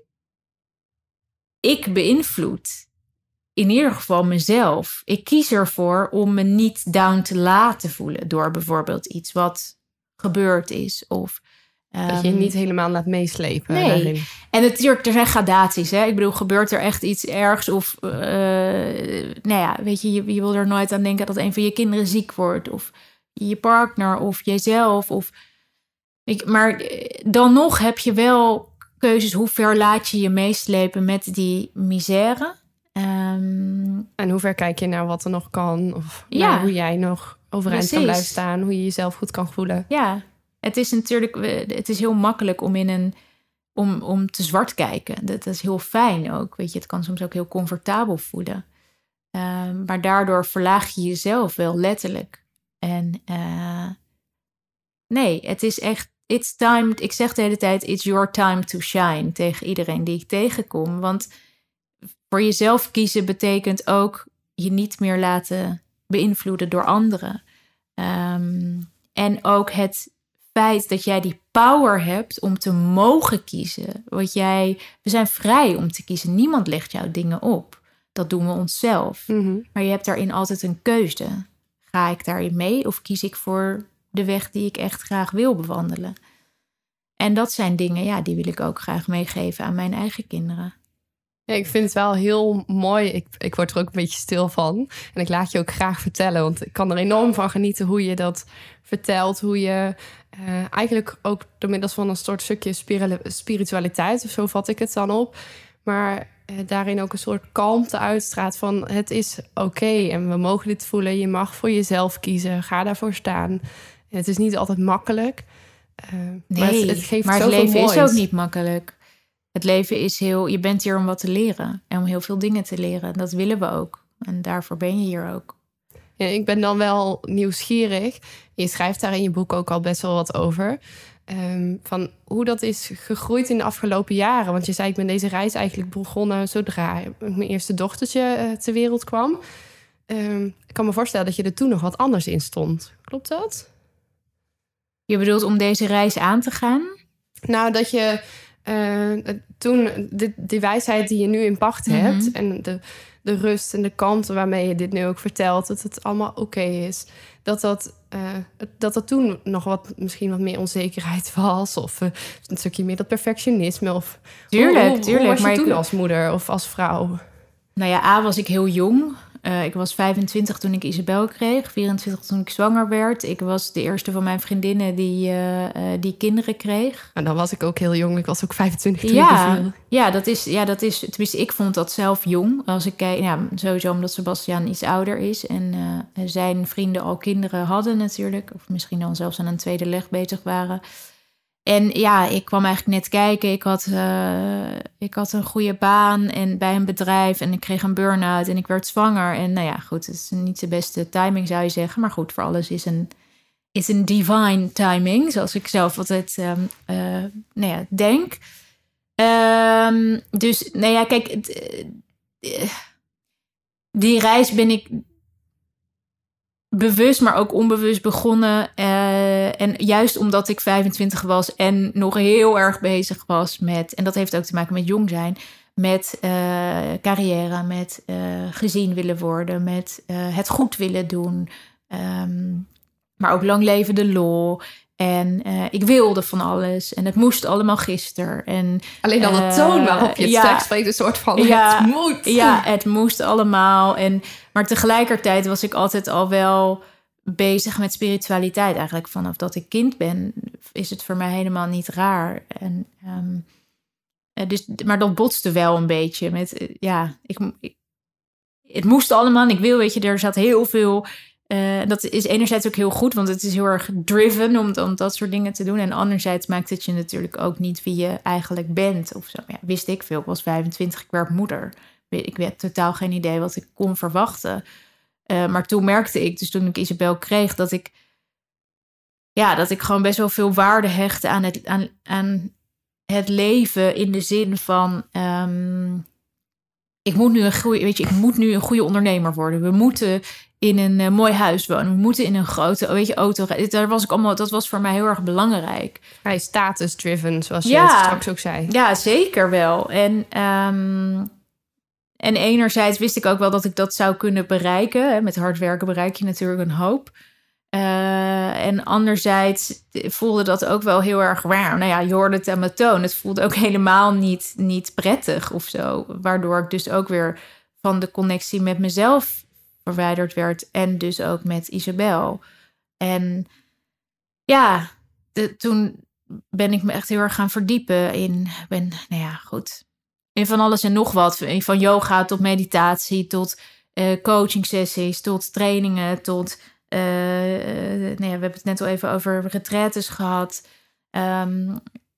ik beïnvloed in ieder geval mezelf. Ik kies ervoor om me niet down te laten voelen door bijvoorbeeld iets wat gebeurd is. Of, um, dat je je niet helemaal laat meeslepen. Nee. Daarin. En natuurlijk, er zijn gradaties. Hè? Ik bedoel, gebeurt er echt iets ergs? Of, uh, nou ja, weet je, je, je wil er nooit aan denken dat een van je kinderen ziek wordt. Of je partner, of jezelf. Of, ik, maar dan nog heb je wel keuzes. Hoe ver laat je je meeslepen met die misère? Um, en hoe ver kijk je naar wat er nog kan? Of ja, naar hoe jij nog overeind precies. kan blijven staan? Hoe je jezelf goed kan voelen? Ja, het is natuurlijk, het is heel makkelijk om in een, om, om te zwart kijken. Dat, dat is heel fijn ook. Weet je, het kan soms ook heel comfortabel voelen. Um, maar daardoor verlaag je jezelf wel letterlijk. En uh, nee, het is echt, it's time. Ik zeg de hele tijd, it's your time to shine tegen iedereen die ik tegenkom. Want voor jezelf kiezen betekent ook je niet meer laten beïnvloeden door anderen. Um, en ook het feit dat jij die power hebt om te mogen kiezen. Wat jij, we zijn vrij om te kiezen. Niemand legt jou dingen op. Dat doen we onszelf. Mm-hmm. Maar je hebt daarin altijd een keuze. Ga ik daarin mee of kies ik voor de weg die ik echt graag wil bewandelen? En dat zijn dingen, ja, die wil ik ook graag meegeven aan mijn eigen kinderen. Ja, ik vind het wel heel mooi. Ik, ik word er ook een beetje stil van. En ik laat je ook graag vertellen. Want ik kan er enorm van genieten hoe je dat vertelt. Hoe je uh, eigenlijk ook door middels van een soort stukje spiritualiteit, of zo vat ik het dan op. Maar uh, daarin ook een soort kalmte uitstraalt van het is oké. Okay en we mogen dit voelen. Je mag voor jezelf kiezen. Ga daarvoor staan. En het is niet altijd makkelijk. Uh, nee, maar het, het geeft maar het zoveel leven moois. is ook niet makkelijk. Het leven is heel... Je bent hier om wat te leren. En om heel veel dingen te leren. Dat willen we ook. En daarvoor ben je hier ook. Ja, ik ben dan wel nieuwsgierig. Je schrijft daar in je boek ook al best wel wat over. Um, van hoe dat is gegroeid in de afgelopen jaren. Want je zei, ik ben deze reis eigenlijk begonnen zodra mijn eerste dochtertje uh, ter wereld kwam. Um, ik kan me voorstellen dat je er toen nog wat anders in stond. Klopt dat? Je bedoelt om deze reis aan te gaan? Nou, dat je... Uh, toen de, die wijsheid die je nu in pacht hebt... Mm-hmm. en de, de rust en de kalmte waarmee je dit nu ook vertelt... dat het allemaal oké okay is. Dat dat, uh, dat dat toen nog wat, misschien wat meer onzekerheid was... of uh, een stukje meer dat perfectionisme. Of, tuurlijk, hoe, tuurlijk. Hoe was je maar toen ik... als moeder of als vrouw? Nou ja, A was ik heel jong... Uh, ik was vijfentwintig toen ik Isabel kreeg, vierentwintig toen ik zwanger werd. Ik was de eerste van mijn vriendinnen die, uh, uh, die kinderen kreeg. En dan was ik ook heel jong. Ik was ook vijfentwintig toen ja, ik beviel. Ja, dat is, ja, dat is... Tenminste, ik vond dat zelf jong. Als ik kijk, ja, sowieso omdat Sebastian iets ouder is. En uh, zijn vrienden al kinderen hadden natuurlijk. Of misschien dan zelfs aan een tweede leg bezig waren. En ja, ik kwam eigenlijk net kijken. Ik had, uh, ik had een goede baan en bij een bedrijf en ik kreeg een burn-out en ik werd zwanger. En nou ja, goed, het is niet de beste timing zou je zeggen. Maar goed, voor alles is een, is een divine timing, zoals ik zelf altijd um, uh, nou ja, denk. Um, dus, nou ja, kijk, het, uh, die reis ben ik... bewust, maar ook onbewust begonnen. Uh, en juist omdat ik vijfentwintig was en nog heel erg bezig was met... en dat heeft ook te maken met jong zijn... met uh, carrière, met uh, gezien willen worden... met uh, het goed willen doen. Um, maar ook lang leven de lol. En uh, ik wilde van alles. En het moest allemaal gisteren. En, alleen al de uh, toon waarop je het ja, spreekt, een soort van ja, het moet. Ja, het moest allemaal. En, maar tegelijkertijd was ik altijd al wel bezig met spiritualiteit. Eigenlijk vanaf dat ik kind ben, is het voor mij helemaal niet raar. En, um, dus, maar dat botste wel een beetje. Met, ja, ik, ik, het moest allemaal. En ik wil, weet je, er zat heel veel... Uh, dat is enerzijds ook heel goed, want het is heel erg driven om, om dat soort dingen te doen. En anderzijds maakt het je natuurlijk ook niet wie je eigenlijk bent. Of zo. Ja, wist ik veel. Ik was vijfentwintig, ik werd moeder. Ik had totaal geen idee wat ik kon verwachten. Uh, maar toen merkte ik, dus toen ik Isabel kreeg, dat ik, ja, dat ik gewoon best wel veel waarde hechtte aan, het, aan, aan het leven in de zin van... Um, ik moet nu een goede, weet je, ik moet nu een goede ondernemer worden. We moeten in een uh, mooi huis wonen. We moeten in een grote, weet je, auto. Daar was ik allemaal, dat was voor mij heel erg belangrijk. Hij is status-driven, zoals je ja, het straks ook zei. Ja, zeker wel. En, um, en enerzijds wist ik ook wel dat ik dat zou kunnen bereiken. Hè. Met hard werken bereik je natuurlijk een hoop. Uh, en anderzijds voelde dat ook wel heel erg... Nou ja, je hoorde het aan mijn toon. Het voelde ook helemaal niet, niet prettig of zo. Waardoor ik dus ook weer van de connectie met mezelf verwijderd werd. En dus ook met Isabel. En ja, de, toen ben ik me echt heel erg gaan verdiepen in... Ben, nou ja, goed. In van alles en nog wat. Van yoga tot meditatie, tot uh, coaching sessies, tot trainingen, tot... Uh, nee, we hebben het net al even over retraites gehad. Um,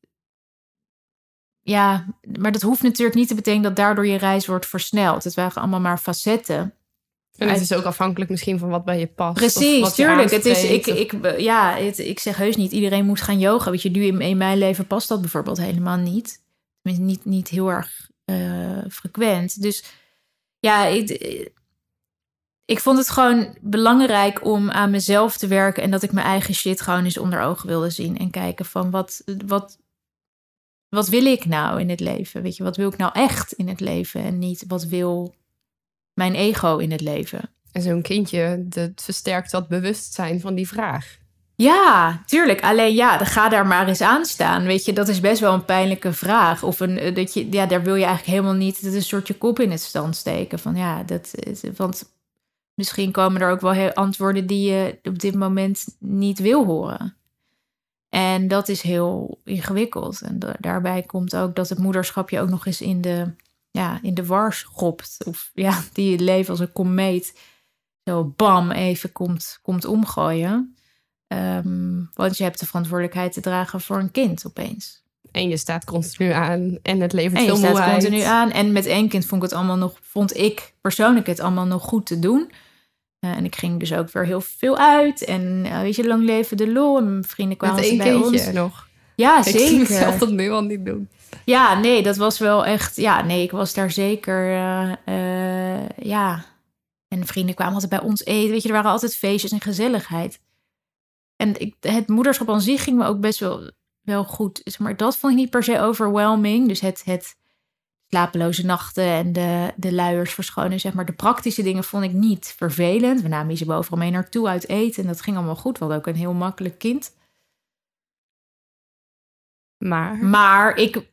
ja, maar dat hoeft natuurlijk niet te betekenen dat daardoor je reis wordt versneld. Het waren allemaal maar facetten. En het is ook afhankelijk misschien van wat bij je past. Precies, wat tuurlijk. Het is, ik, of... ik, ja, het, ik zeg heus niet, iedereen moet gaan yoga. Weet je, nu in, in mijn leven past dat bijvoorbeeld helemaal niet. Tenminste, niet, niet heel erg uh, frequent. Dus ja, ik... Ik vond het gewoon belangrijk om aan mezelf te werken... en dat ik mijn eigen shit gewoon eens onder ogen wilde zien... en kijken van wat, wat, wat wil ik nou in het leven? Weet je, wat wil ik nou echt in het leven? En niet wat wil mijn ego in het leven? En zo'n kindje, dat versterkt dat bewustzijn van die vraag. Ja, tuurlijk. Alleen ja, ga daar maar eens aan staan. Weet je, dat is best wel een pijnlijke vraag. Of een, dat je, ja, daar wil je eigenlijk helemaal niet... dat een soort je kop in het stand steken. Van ja, dat is... Want misschien komen er ook wel heel antwoorden die je op dit moment niet wil horen. En dat is heel ingewikkeld. En da- daarbij komt ook dat het moederschap je ook nog eens in de, ja, in de war schopt. Of ja, die je leven als een komeet zo bam even komt, komt omgooien. Um, want je hebt de verantwoordelijkheid te dragen voor een kind opeens. En je staat continu aan en het levert en veel moeheid. En je staat moeheid. continu aan. En met één kind vond ik het allemaal nog, vond ik persoonlijk het allemaal nog goed te doen. Uh, en ik ging dus ook weer heel veel uit. En uh, weet je, lang leven de lol. En mijn vrienden kwamen met één bij kindje ons. nog. Ja, ik zeker. Ik zie mezelf dat nu al niet doen. Ja, nee, dat was wel echt... Ja, nee, ik was daar zeker... Uh, uh, ja. En vrienden kwamen altijd bij ons eten. Weet je, er waren altijd feestjes en gezelligheid. En ik, het moederschap aan zich ging me ook best wel, wel goed. Maar dat vond ik niet per se overwhelming. Dus het... het slapeloze nachten en de, de luiers verschonen, zeg maar. De praktische dingen vond ik niet vervelend. We namen ze overal mee naartoe uit eten. En dat ging allemaal goed. We hadden ook een heel makkelijk kind. Maar? Maar ik...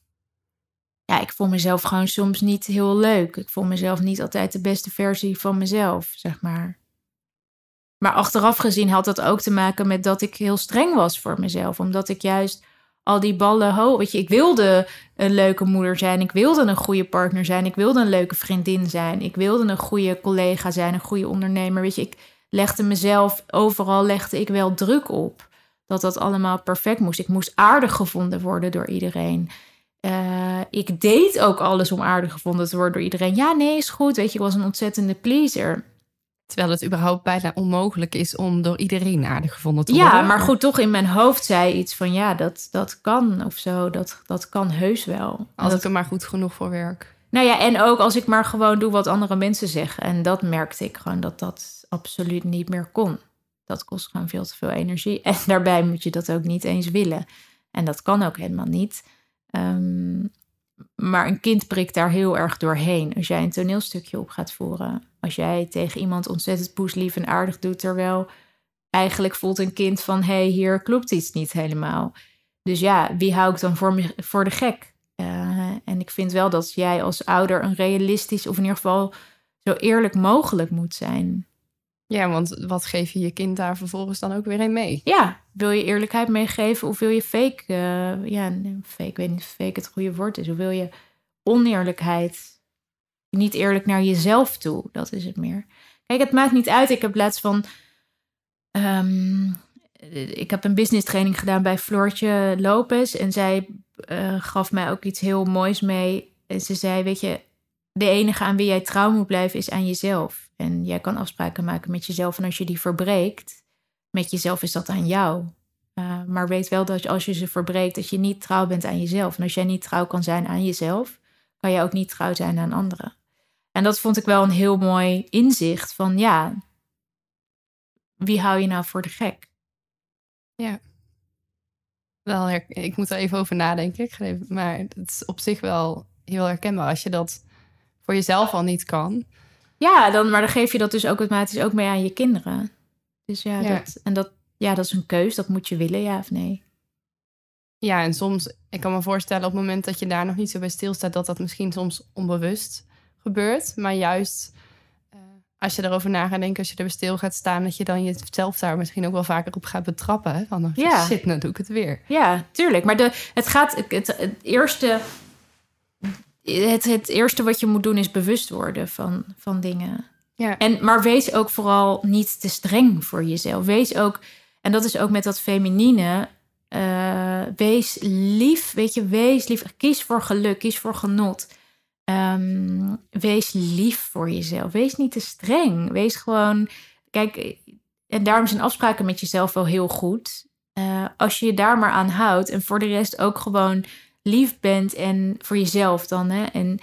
Ja, ik vond mezelf gewoon soms niet heel leuk. Ik vond mezelf niet altijd de beste versie van mezelf, zeg maar. Maar achteraf gezien had dat ook te maken met dat ik heel streng was voor mezelf. Omdat ik juist... al die ballen hoog. Weet je, ik wilde een leuke moeder zijn. Ik wilde een goede partner zijn. Ik wilde een leuke vriendin zijn. Ik wilde een goede collega zijn. Een goede ondernemer. Weet je, ik legde mezelf... overal legde ik wel druk op. Dat dat allemaal perfect moest. Ik moest aardig gevonden worden door iedereen. Uh, ik deed ook alles om aardig gevonden te worden door iedereen. Ja, nee, is goed. Weet je, ik was een ontzettende pleaser. Terwijl het überhaupt bijna onmogelijk is om door iedereen aardig gevonden te worden. Ja, maar goed, toch in mijn hoofd zei iets van... ja, dat, dat kan of zo. Dat, dat kan heus wel. Als dat, ik er maar goed genoeg voor werk. Nou ja, en ook als ik maar gewoon doe wat andere mensen zeggen. En dat merkte ik gewoon dat dat absoluut niet meer kon. Dat kost gewoon veel te veel energie. En daarbij moet je dat ook niet eens willen. En dat kan ook helemaal niet. Um, maar een kind prikt daar heel erg doorheen. Als jij een toneelstukje op gaat voeren. Als jij tegen iemand ontzettend poeslief en aardig doet... terwijl eigenlijk voelt een kind van... hé, hey, hier klopt iets niet helemaal. Dus ja, wie hou ik dan voor, me, voor de gek? Uh, en ik vind wel dat jij als ouder een realistisch... of in ieder geval zo eerlijk mogelijk moet zijn. Ja, want wat geef je je kind daar vervolgens dan ook weer in mee? Ja, wil je eerlijkheid meegeven of wil je fake... Uh, ja, fake, ik weet niet of fake het goede woord is. Of wil je oneerlijkheid... niet eerlijk naar jezelf toe, dat is het meer. Kijk, het maakt niet uit. Ik heb laatst van... Um, ik heb een business training gedaan bij Floortje Lopez. En zij uh, gaf mij ook iets heel moois mee. En ze zei, weet je... de enige aan wie jij trouw moet blijven is aan jezelf. En jij kan afspraken maken met jezelf. En als je die verbreekt, met jezelf is dat aan jou. Uh, maar weet wel dat als je ze verbreekt, dat je niet trouw bent aan jezelf. En als jij niet trouw kan zijn aan jezelf, kan je ook niet trouw zijn aan anderen. En dat vond ik wel een heel mooi inzicht van ja, wie hou je nou voor de gek? Ja. Wel, ik moet er even over nadenken. Ik geef, maar het is op zich wel heel herkenbaar als je dat voor jezelf al niet kan. Ja, dan, maar dan geef je dat dus ook automatisch ook mee aan je kinderen. Dus ja, ja. Dat, en dat, ja, dat is een keus. Dat moet je willen, ja of nee? Ja, en soms, ik kan me voorstellen op het moment dat je daar nog niet zo bij stilstaat, dat dat misschien soms onbewust gebeurt. Maar juist uh, als je erover na gaat denken, als je er bij stil gaat staan, dat je dan jezelf daar misschien ook wel vaker op gaat betrappen. Hè? Van, ja. Shit, nou doe ik het weer. Ja, tuurlijk. Maar de, het gaat, het, het eerste... Het, het eerste wat je moet doen is bewust worden van, van dingen. Ja. En, maar wees ook vooral niet te streng voor jezelf. Wees ook, en dat is ook met dat feminine, uh, wees lief, weet je, wees lief. Kies voor geluk, kies voor genot. Um, wees lief voor jezelf. Wees niet te streng. Wees gewoon, kijk, en daarom zijn afspraken met jezelf wel heel goed. Uh, als je je daar maar aan houdt en voor de rest ook gewoon lief bent en voor jezelf dan, hè, en,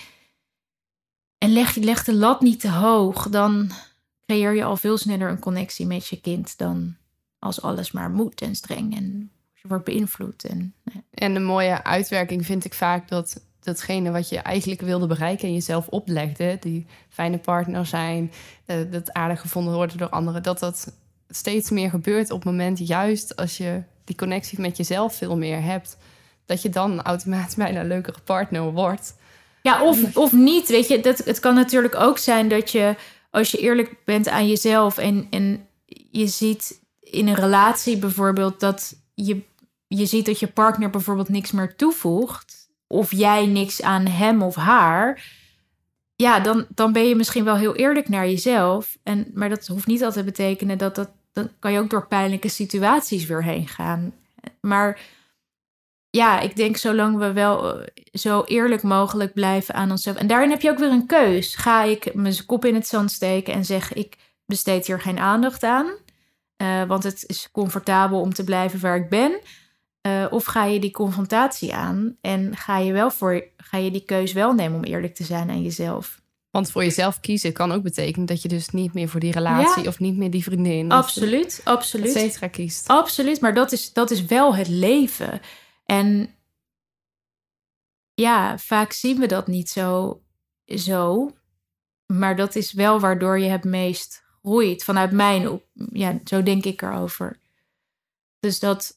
en leg, leg de lat niet te hoog, dan creëer je al veel sneller een connectie met je kind dan als alles maar moet en streng en je wordt beïnvloed. En, ja. en de mooie uitwerking vind ik vaak dat datgene wat je eigenlijk wilde bereiken en jezelf oplegde, die fijne partner zijn, dat aardig gevonden worden door anderen, dat dat steeds meer gebeurt op het moment, juist als je die connectie met jezelf veel meer hebt, dat je dan automatisch bijna een leukere partner wordt. Ja, of, of niet. Weet je, dat, het kan natuurlijk ook zijn dat je, als je eerlijk bent aan jezelf en, en je ziet in een relatie bijvoorbeeld dat je, je ziet dat je partner bijvoorbeeld niks meer toevoegt, of jij niks aan hem of haar, ja, dan, dan ben je misschien wel heel eerlijk naar jezelf. En, maar dat hoeft niet altijd te betekenen dat dat, dan kan je ook door pijnlijke situaties weer heen gaan. Maar ja, ik denk zolang we wel zo eerlijk mogelijk blijven aan onszelf. En daarin heb je ook weer een keus. Ga ik mijn kop in het zand steken en zeg ik besteed hier geen aandacht aan, uh, want het is comfortabel om te blijven waar ik ben. Uh, of ga je die confrontatie aan en ga je, wel voor, ga je die keus wel nemen om eerlijk te zijn aan jezelf. Want voor jezelf kiezen kan ook betekenen dat je dus niet meer voor die relatie ja. of niet meer die vriendin. Absoluut, of absoluut. Et cetera kiest. Absoluut, maar dat is, dat is wel het leven. En ja, vaak zien we dat niet zo, zo. Maar dat is wel waardoor je het meest groeit. Vanuit mijn op, ja, zo denk ik erover. Dus dat,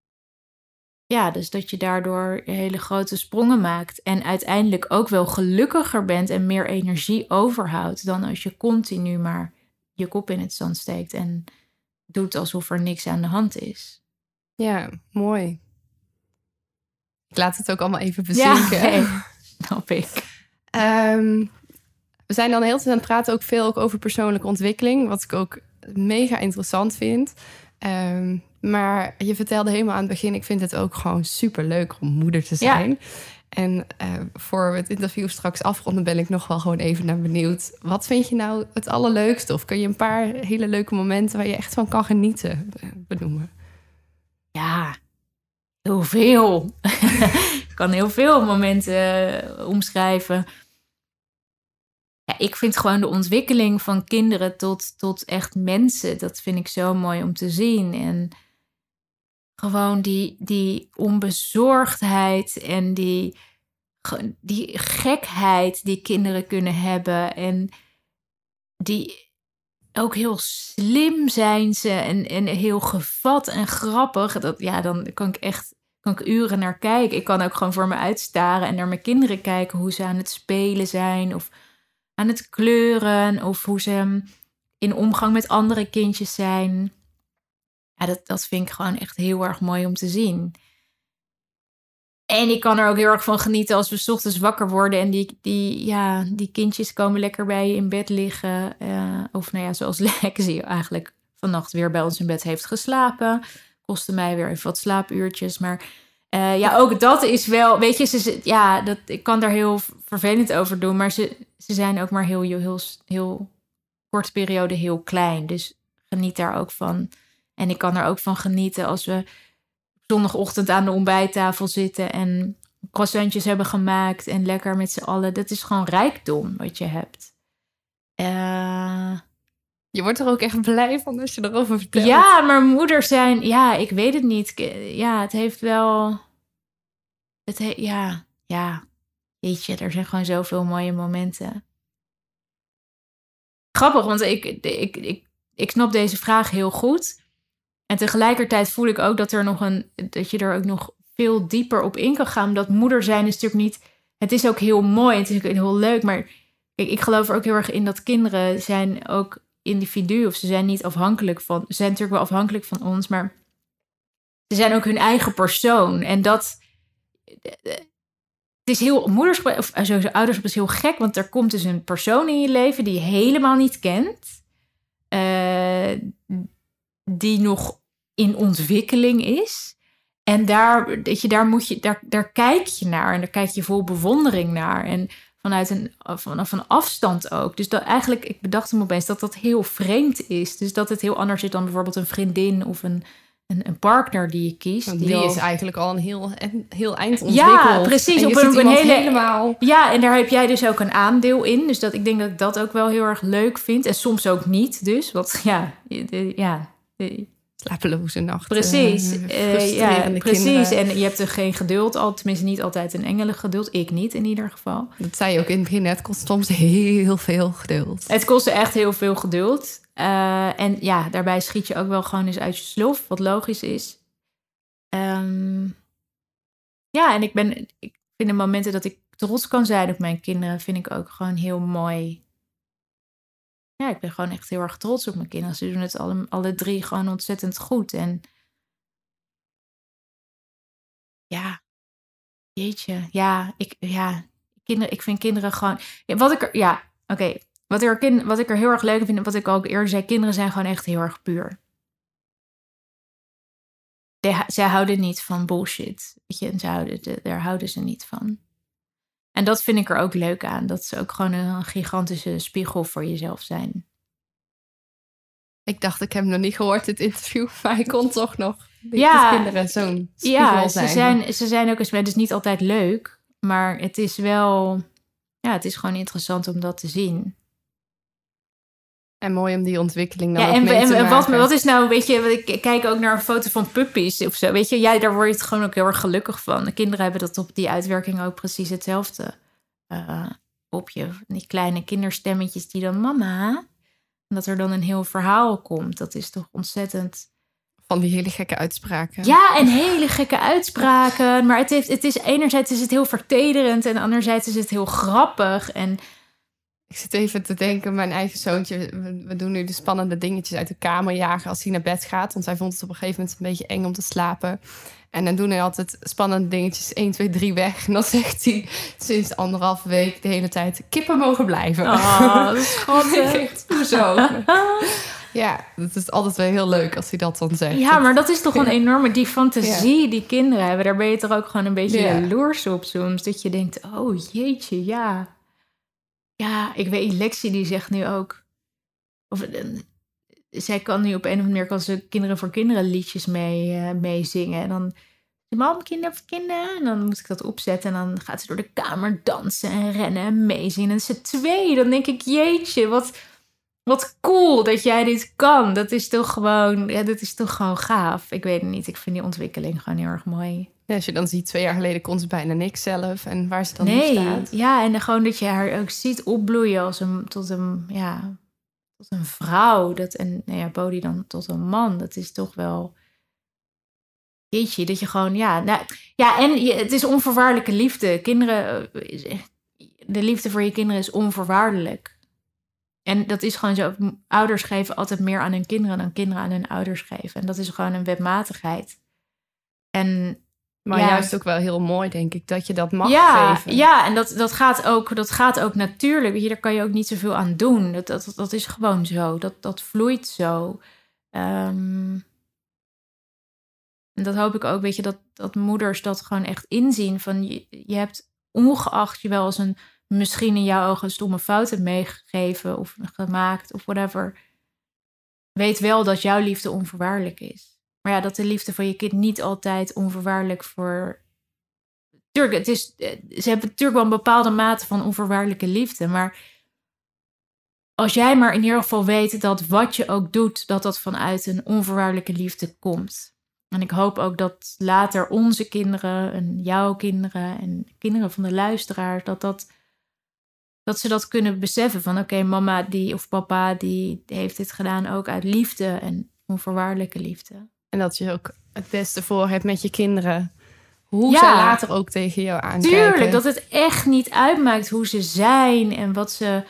ja, dus dat je daardoor hele grote sprongen maakt. En uiteindelijk ook wel gelukkiger bent en meer energie overhoudt dan als je continu maar je kop in het zand steekt en doet alsof er niks aan de hand is. Ja, mooi. Ik laat het ook allemaal even bezinken. Ja, nee, snap ik. Um, we zijn dan heel tijd aan het praten ook veel ook over persoonlijke ontwikkeling, wat ik ook mega interessant vind. Um, maar je vertelde helemaal aan het begin, ik vind het ook gewoon super leuk om moeder te zijn. Ja. En uh, voor we het interview straks afronden ben ik nog wel gewoon even naar benieuwd. Wat vind je nou het allerleukste? Of kun je een paar hele leuke momenten waar je echt van kan genieten benoemen? Ja, heel veel. Ik kan heel veel momenten uh, omschrijven. Ja, ik vind gewoon de ontwikkeling van kinderen tot, tot echt mensen, dat vind ik zo mooi om te zien. En gewoon die, die onbezorgdheid en die, die gekheid die kinderen kunnen hebben. En die ook heel slim zijn ze en, en heel gevat en grappig. Dat, ja, dan kan ik echt kan ik uren naar kijken. Ik kan ook gewoon voor me uitstaren en naar mijn kinderen kijken hoe ze aan het spelen zijn of aan het kleuren of hoe ze in omgang met andere kindjes zijn. Ja, dat, dat vind ik gewoon echt heel erg mooi om te zien. En ik kan er ook heel erg van genieten als we 's ochtends wakker worden en die, die, ja, die kindjes komen lekker bij je in bed liggen. Uh, of nou ja, zoals Lexi eigenlijk vannacht weer bij ons in bed heeft geslapen. Kostte mij weer even wat slaapuurtjes. Maar uh, ja, ook dat is wel, weet je, ze, ja, dat, ik kan daar heel vervelend over doen. Maar ze, ze zijn ook maar heel, heel, heel, heel korte periode heel klein. Dus geniet daar ook van. En ik kan er ook van genieten als we zondagochtend aan de ontbijttafel zitten en croissantjes hebben gemaakt en lekker met z'n allen. Dat is gewoon rijkdom wat je hebt. Uh, je wordt er ook echt blij van als je erover vertelt. Ja, maar moeder zijn, ja, ik weet het niet. Ja, het heeft wel... Het he, ja, ja, weet je, er zijn gewoon zoveel mooie momenten. Grappig, want ik, ik, ik, ik snap deze vraag heel goed. En tegelijkertijd voel ik ook dat er nog een, dat je er ook nog veel dieper op in kan gaan. Omdat moeder zijn is natuurlijk niet... Het is ook heel mooi, het is ook heel leuk. Maar kijk, ik geloof er ook heel erg in dat kinderen zijn ook individuen. Of ze zijn niet afhankelijk van... Ze zijn natuurlijk wel afhankelijk van ons, maar ze zijn ook hun eigen persoon. En dat... Het is heel... Moeders, of sowieso ouderschap is heel gek. Want er komt dus een persoon in je leven die je helemaal niet kent. Uh, die nog in ontwikkeling is. En daar, dat je, daar, moet je, daar, daar kijk je naar. En daar kijk je vol bewondering naar. En vanuit een, vanaf een afstand ook. Dus dat eigenlijk, ik bedacht hem opeens dat dat heel vreemd is. Dus dat het heel anders is dan bijvoorbeeld een vriendin of een, een, een partner die je kiest. Want die, die al... is eigenlijk al een heel, een heel eind ontwikkeld. Ja, precies. Op een, op een hele... helemaal... Ja, en daar heb jij dus ook een aandeel in. Dus dat, ik denk dat ik dat ook wel heel erg leuk vind. En soms ook niet dus. Want ja, ja... Slapeloze nachten. Precies. Uh, ja, precies. Kinderen. En je hebt er geen geduld. Al, tenminste, niet altijd een engelengeduld. Ik niet, in ieder geval. Dat zei je ook in het begin. Het kost soms heel veel geduld. Het kostte echt heel veel geduld. Uh, en ja, daarbij schiet je ook wel gewoon eens uit je slof. Wat logisch is. Um, ja, en ik ben... Ik vind de momenten dat ik trots kan zijn op mijn kinderen... vind ik ook gewoon heel mooi... Ja, ik ben gewoon echt heel erg trots op mijn kinderen. Ze doen het alle, alle drie gewoon ontzettend goed. En ja, jeetje. Ja, ik, ja, kinderen, ik vind kinderen gewoon... Ja, wat ik er, ja, oké. Okay. Wat, er, kind, wat ik er heel erg leuk vind, wat ik ook eerder zei... Kinderen zijn gewoon echt heel erg puur. De, zij houden niet van bullshit. Weet je, en ze houden, de, daar houden ze niet van. En dat vind ik er ook leuk aan. Dat ze ook gewoon een gigantische spiegel voor jezelf zijn. Ik dacht, ik heb hem nog niet gehoord, dit interview. Maar hij kon toch nog. Ja, dat kinderen zo'n spiegel ja, zijn. Ze zijn, ze zijn ook eens... Het is niet altijd leuk. Maar het is wel... Ja, het is gewoon interessant om dat te zien. En mooi om die ontwikkeling dan ja, ook en, mee en, te en maken. Wat, wat is nou, weet je... Ik kijk ook naar een foto van puppies of zo. Weet je, ja, daar word je het gewoon ook heel erg gelukkig van. De kinderen hebben dat op die uitwerking ook precies hetzelfde. Uh, op je, die kleine kinderstemmetjes die dan... Mama... En dat er dan een heel verhaal komt. Dat is toch ontzettend... Van die hele gekke uitspraken. Ja, en hele gekke uitspraken. Maar het, heeft, het is enerzijds is het heel vertederend... en anderzijds is het heel grappig. En ik zit even te denken, mijn eigen zoontje... We, we doen nu de spannende dingetjes uit de kamer jagen... als hij naar bed gaat. Want hij vond het op een gegeven moment een beetje eng om te slapen. En dan doen hij altijd spannende dingetjes één, twee, drie weg. En dan zegt hij sinds anderhalve week de hele tijd... kippen mogen blijven. Oh, dat is schattig. Hoezo? Ja, dat is altijd wel heel leuk als hij dat dan zegt. Ja, maar dat is toch een enorme... Die fantasie ja. die kinderen hebben... daar ben je toch ook gewoon een beetje ja. jaloers op soms. Dat je denkt, oh jeetje, ja. Ja, ik weet, Lexie die zegt nu ook... Of, zij kan nu op een of andere manier... kan ze kinderen voor kinderen liedjes mee, uh, meezingen. En dan... Mam, kinderen voor kinderen. En dan moet ik dat opzetten. En dan gaat ze door de kamer dansen en rennen en meezingen. En ze twee. Dan denk ik, jeetje, wat... Wat cool dat jij dit kan. Dat is toch gewoon, ja, dat is toch gewoon gaaf. Ik weet het niet. Ik vind die ontwikkeling gewoon heel erg mooi. Ja, als je dan ziet, twee jaar geleden kon ze bijna niks zelf. En waar ze dan nee, nu staat. Ja, en gewoon dat je haar ook ziet opbloeien als een, tot een, ja, tot een vrouw. Dat, en nou ja, Bodhi dan tot een man. Dat is toch wel... Jeetje, dat je gewoon, ja... Nou, ja, en je, het is onvoorwaardelijke liefde. Kinderen... De liefde voor je kinderen is onvoorwaardelijk. En dat is gewoon zo. Ouders geven altijd meer aan hun kinderen dan kinderen aan hun ouders geven. En dat is gewoon een wetmatigheid. En, maar ja, juist ook wel heel mooi, denk ik, dat je dat mag ja, geven. Ja, en dat, dat, gaat ook, dat gaat ook natuurlijk. Weet je, daar kan je ook niet zoveel aan doen. Dat, dat, dat is gewoon zo. Dat, dat vloeit zo. Um, en dat hoop ik ook, weet je, dat, dat moeders dat gewoon echt inzien. Van je, je hebt ongeacht je wel als een... misschien in jouw ogen een stomme fout hebt meegegeven of gemaakt of whatever. Weet wel dat jouw liefde onvoorwaardelijk is. Maar ja, dat de liefde van je kind niet altijd onvoorwaardelijk voor... Tuurlijk, het is, ze hebben natuurlijk wel een bepaalde mate van onvoorwaardelijke liefde. Maar als jij maar in ieder geval weet dat wat je ook doet, dat dat vanuit een onvoorwaardelijke liefde komt. En ik hoop ook dat later onze kinderen en jouw kinderen en kinderen van de luisteraars, dat, dat, dat ze dat kunnen beseffen van oké, okay, mama die of papa die heeft dit gedaan ook uit liefde en onvoorwaardelijke liefde. En dat je ook het beste voor hebt met je kinderen. Hoe ja, ze later ook tegen jou aankijken. Tuurlijk, dat het echt niet uitmaakt hoe ze zijn en wat ze...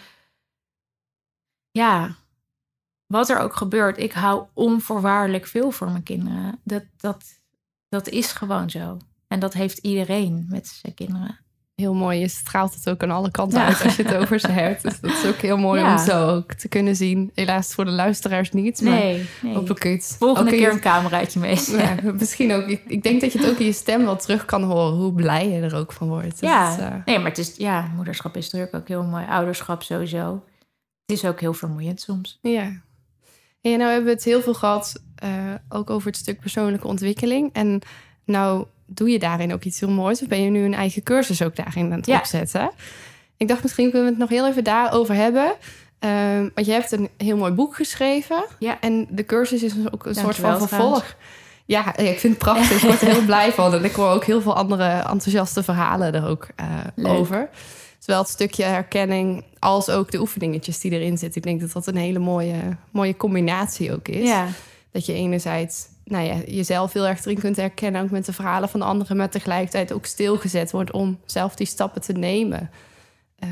Ja, wat er ook gebeurt. Ik hou onvoorwaardelijk veel voor mijn kinderen. Dat, dat, dat is gewoon zo. En dat heeft iedereen met zijn kinderen. Heel mooi. Je straalt het ook aan alle kanten ja. uit als je het over ze hebt. Dus dat is ook heel mooi ja. om zo ook te kunnen zien. Helaas voor de luisteraars niet. Maar nee, nee. hopelijk het. Volgende keer je... een cameraatje mee. Ja, misschien ook. Ik, ik denk dat je het ook in je stem wel terug kan horen. Hoe blij je er ook van wordt. Dus ja, het, uh... nee, maar het is, ja, moederschap is natuurlijk ook heel mooi. Ouderschap sowieso. Het is ook heel vermoeiend soms. Ja. En nou hebben we het heel veel gehad. Uh, ook over het stuk persoonlijke ontwikkeling. En nou... doe je daarin ook iets heel moois? Of ben je nu een eigen cursus ook daarin aan het ja. opzetten? Ik dacht, misschien kunnen we het nog heel even daarover hebben. Um, want je hebt een heel mooi boek geschreven. Ja. En de cursus is ook een Dank soort van vervolg. Trouwens. Ja, ik vind het prachtig. Ik word er heel blij van. En ik hoor ook heel veel andere enthousiaste verhalen er ook uh, over. Zowel het stukje herkenning als ook de oefeningetjes die erin zitten. Ik denk dat dat een hele mooie, mooie combinatie ook is. Ja. Dat je enerzijds... nou ja, jezelf heel erg erin kunt herkennen... ook met de verhalen van de anderen... maar tegelijkertijd ook stilgezet wordt... om zelf die stappen te nemen. Uh,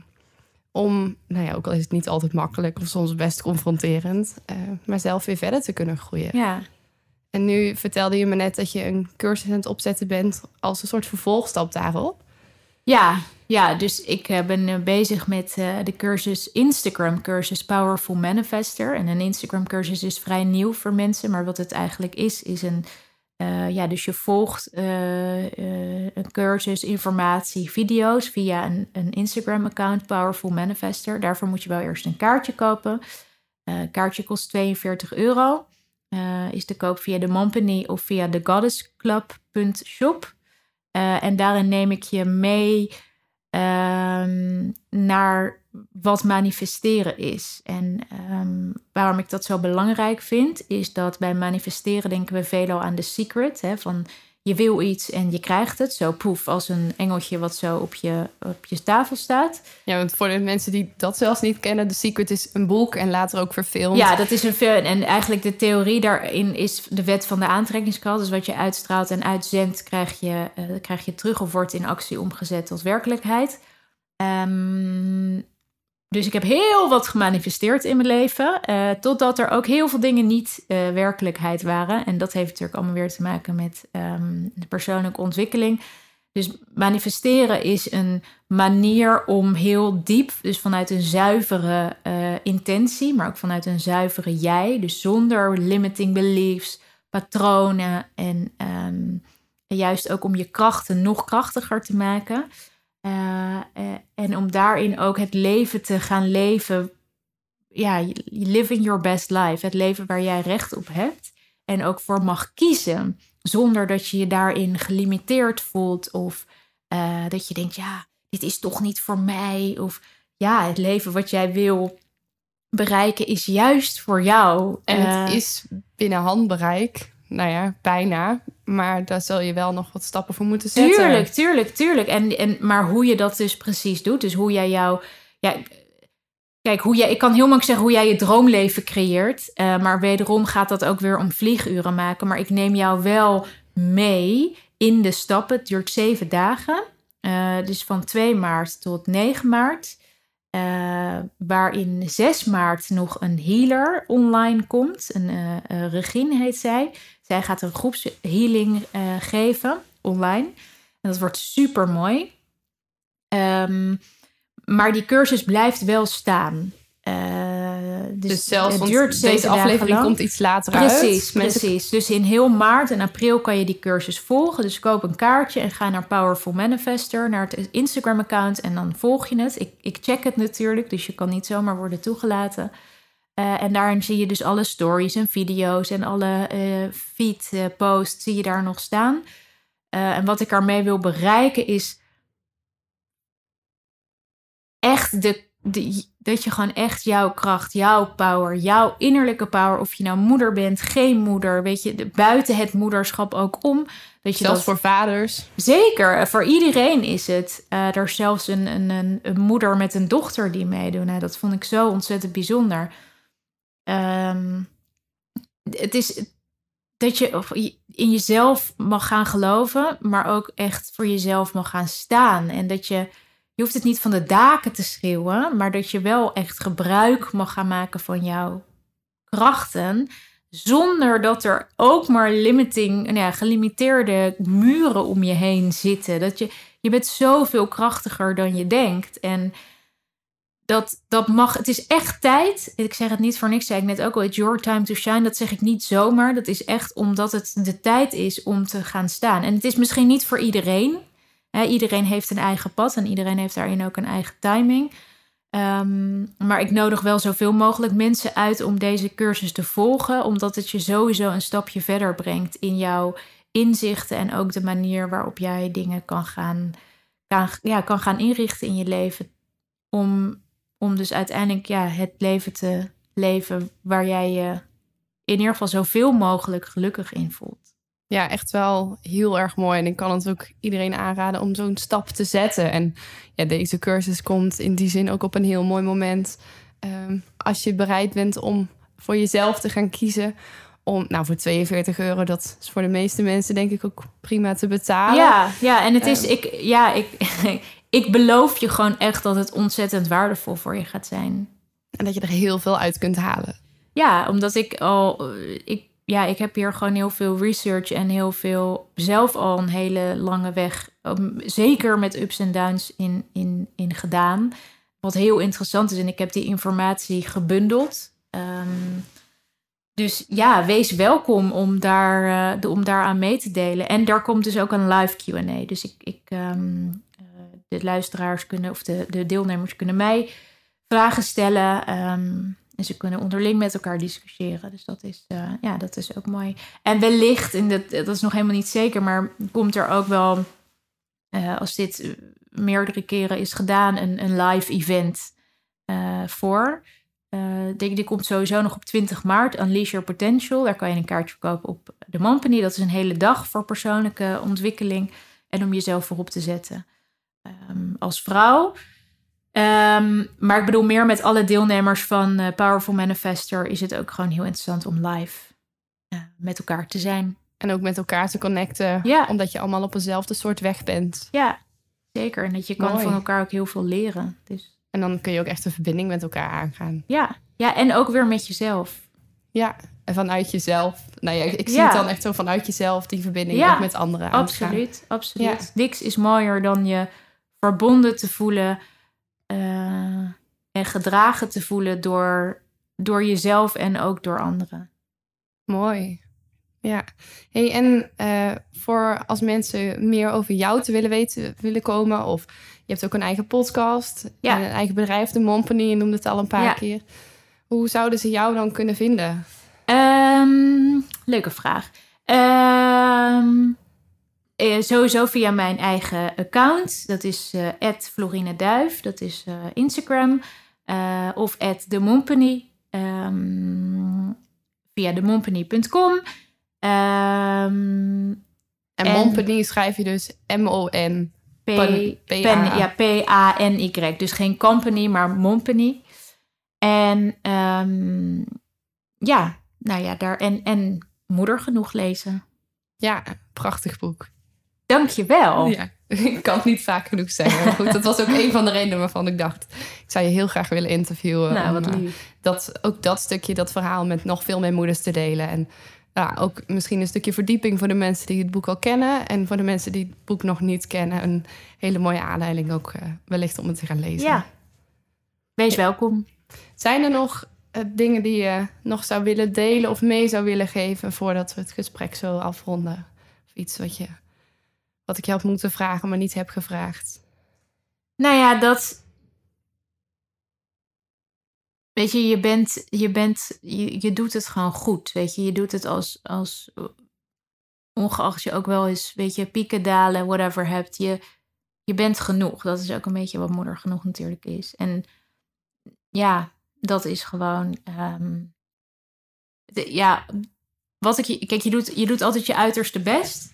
om, nou ja, ook al is het niet altijd makkelijk... of soms best confronterend... Uh, maar zelf weer verder te kunnen groeien. Ja. En nu vertelde je me net dat je een cursus aan het opzetten bent... als een soort vervolgstap daarop. Ja, ja, dus ik ben bezig met uh, de cursus Instagram cursus Powerful Manifester. En een Instagram cursus is vrij nieuw voor mensen. Maar wat het eigenlijk is, is een... Uh, ja, dus je volgt uh, uh, een cursus, informatie, video's... via een, een Instagram-account, Powerful Manifester. Daarvoor moet je wel eerst een kaartje kopen. Uh, kaartje kost tweeënveertig euro. Uh, is te koop via de Mompany of via de goddess club punt shop. Uh, en daarin neem ik je mee um, naar wat manifesteren is. En um, waarom ik dat zo belangrijk vind, is dat bij manifesteren denken we veelal aan de secret. Hè, van je wil iets en je krijgt het. Zo poef, als een engeltje wat zo op je, op je tafel staat. Ja, want voor de mensen die dat zelfs niet kennen... The Secret is een boek en later ook verfilmd. Ja, dat is een film. En eigenlijk de theorie daarin is de wet van de aantrekkingskracht. Dus wat je uitstraalt en uitzendt, krijg je, uh, krijg je terug... of wordt in actie omgezet tot werkelijkheid. Um, dus ik heb heel wat gemanifesteerd in mijn leven... Uh, totdat er ook heel veel dingen niet uh, werkelijkheid waren. En dat heeft natuurlijk allemaal weer te maken met um, de persoonlijke ontwikkeling... Dus manifesteren is een manier om heel diep, dus vanuit een zuivere uh, intentie, maar ook vanuit een zuivere jij, dus zonder limiting beliefs, patronen en um, juist ook om je krachten nog krachtiger te maken. Uh, uh, en om daarin ook het leven te gaan leven, ja, living your best life, het leven waar jij recht op hebt en ook voor mag kiezen. Zonder dat je je daarin gelimiteerd voelt. Of uh, dat je denkt, ja, dit is toch niet voor mij. Of ja, het leven wat jij wil bereiken is juist voor jou. En uh, het is binnen handbereik. Nou ja, bijna. Maar daar zul je wel nog wat stappen voor moeten zetten. Tuurlijk, tuurlijk, tuurlijk. En, en, maar hoe je dat dus precies doet. Dus hoe jij jou... Ja, Kijk, hoe jij, ik kan heel makkelijk zeggen hoe jij je droomleven creëert. Uh, maar wederom gaat dat ook weer om vlieguren maken. Maar ik neem jou wel mee in de stappen. Het duurt zeven dagen. Uh, dus van twee maart tot negen maart. Uh, waarin zes maart nog een healer online komt. Een uh, uh, Regine heet zij. Zij gaat een groepshealing uh, geven online. En dat wordt super mooi. Um, Maar die cursus blijft wel staan. Uh, dus, dus zelfs, het duurt want deze aflevering komt iets later uit. Precies, precies. Dus in heel maart en april kan je die cursus volgen. Dus koop een kaartje en ga naar Powerful Manifester, naar het Instagram-account en dan volg je het. Ik, ik check het natuurlijk, dus je kan niet zomaar worden toegelaten. Uh, en daarin zie je dus alle stories en video's en alle uh, feed uh, posts zie je daar nog staan. Uh, en wat ik ermee wil bereiken is echt de, de, dat je gewoon echt jouw kracht, jouw power, jouw innerlijke power, of je nou moeder bent, geen moeder, weet je, de, buiten het moederschap ook om. Dat je Zelfs dat, voor vaders. Zeker, voor iedereen is het. Uh, er is zelfs een, een, een, een moeder met een dochter die meedoet. Nou, dat vond ik zo ontzettend bijzonder. Um, het is dat je in jezelf mag gaan geloven, maar ook echt voor jezelf mag gaan staan. En dat je, je hoeft het niet van de daken te schreeuwen, maar dat je wel echt gebruik mag gaan maken van jouw krachten, zonder dat er ook maar limiting, nou ja, gelimiteerde muren om je heen zitten. Dat je, je bent zoveel krachtiger dan je denkt. En Dat, dat mag, het is echt tijd. Ik zeg het niet voor niks, zei ik net ook al. It's your time to shine. Dat zeg ik niet zomaar. Dat is echt omdat het de tijd is om te gaan staan. En het is misschien niet voor iedereen. He, iedereen heeft een eigen pad. En iedereen heeft daarin ook een eigen timing. Um, maar ik nodig wel zoveel mogelijk mensen uit om deze cursus te volgen. Omdat het je sowieso een stapje verder brengt in jouw inzichten. En ook de manier waarop jij dingen kan gaan, kan, ja, kan gaan inrichten in je leven. Om... Om dus uiteindelijk ja, het leven te leven waar jij je in ieder geval zoveel mogelijk gelukkig in voelt. Ja, echt wel heel erg mooi. En ik kan het ook iedereen aanraden om zo'n stap te zetten. En ja, deze cursus komt in die zin ook op een heel mooi moment. Um, als je bereid bent om voor jezelf te gaan kiezen. Om, nou, voor tweeënveertig euro, dat is voor de meeste mensen denk ik ook prima te betalen. Ja, ja en het is, um, ik, ja, ik... Ik beloof je gewoon echt dat het ontzettend waardevol voor je gaat zijn. En dat je er heel veel uit kunt halen. Ja, omdat ik al... Ik, ja, ik heb hier gewoon heel veel research en heel veel... zelf al een hele lange weg... Um, zeker met ups en downs in, in, in gedaan. Wat heel interessant is. En ik heb die informatie gebundeld. Um, dus ja, wees welkom om daar, uh, om daar aan mee te delen. En daar komt dus ook een live Q en A. Dus ik... ik um, de luisteraars kunnen, of de, de deelnemers kunnen mij vragen stellen. Um, en ze kunnen onderling met elkaar discussiëren. Dus dat is, uh, ja, dat is ook mooi. En wellicht, en dat, dat is nog helemaal niet zeker, maar komt er ook wel, uh, als dit meerdere keren is gedaan, een, een live event uh, voor. Uh, die, die komt sowieso nog op twintig maart, Unleash Your Potential. Daar kan je een kaartje verkopen op de Mompany. Dat is een hele dag voor persoonlijke ontwikkeling en om jezelf voorop te zetten. Um, als vrouw. Um, maar ik bedoel meer met alle deelnemers van uh, Powerful Manifester is het ook gewoon heel interessant om live uh, met elkaar te zijn. En ook met elkaar te connecten. Ja. Omdat je allemaal op eenzelfde soort weg bent. Ja, zeker. En dat je kan Mooi. van elkaar ook heel veel leren. Dus... En dan kun je ook echt een verbinding met elkaar aangaan. Ja, ja en ook weer met jezelf. Ja, en vanuit jezelf. Nou ja, ik zie ja. het dan echt zo vanuit jezelf, die verbinding ja, ook met anderen aan absoluut, absoluut. Ja. Niks is mooier dan je verbonden te voelen uh, en gedragen te voelen door, door jezelf en ook door anderen. Mooi. Ja. Hey, en uh, voor als mensen meer over jou te willen weten willen komen, of je hebt ook een eigen podcast, ja. en een eigen bedrijf, de Mompany, je noemde het al een paar ja. keer. Hoe zouden ze jou dan kunnen vinden? Um, leuke vraag. Um, uh, sowieso via mijn eigen account. Dat is uh, at Florine Duif. Dat is uh, Instagram. Uh, of at de Mompany. Um, via de mompany punt com. Um, en Mompany schrijf je dus M O N P Ja, P A N Y. Dus geen company, maar Mompany. En um, ja, nou ja, daar en, en Moeder Genoeg lezen. Ja, prachtig boek. Dank je wel. Ja, ik kan het niet vaak genoeg zeggen. Maar goed, dat was ook een van de redenen waarvan ik dacht, ik zou je heel graag willen interviewen. Nou, om, wat lief. Dat, ook dat stukje, dat verhaal met nog veel meer moeders te delen. En ja, ook misschien een stukje verdieping voor de mensen die het boek al kennen. En voor de mensen die het boek nog niet kennen. Een hele mooie aanleiding ook uh, wellicht om het te gaan lezen. Ja, wees ja. welkom. Zijn er nog uh, dingen die je nog zou willen delen of mee zou willen geven voordat we het gesprek zo afronden? Of iets wat, je, wat ik je had moeten vragen, maar niet heb gevraagd? Nou ja, dat... weet je, je bent, je bent, je, je doet het gewoon goed. Weet je, je doet het als, als, ongeacht je ook wel eens, weet je, pieken, dalen, whatever hebt. Je, je bent genoeg. Dat is ook een beetje wat moeder genoeg natuurlijk is. En ja, dat is gewoon, um, de, ja, wat ik je, kijk, je doet, je doet altijd je uiterste best.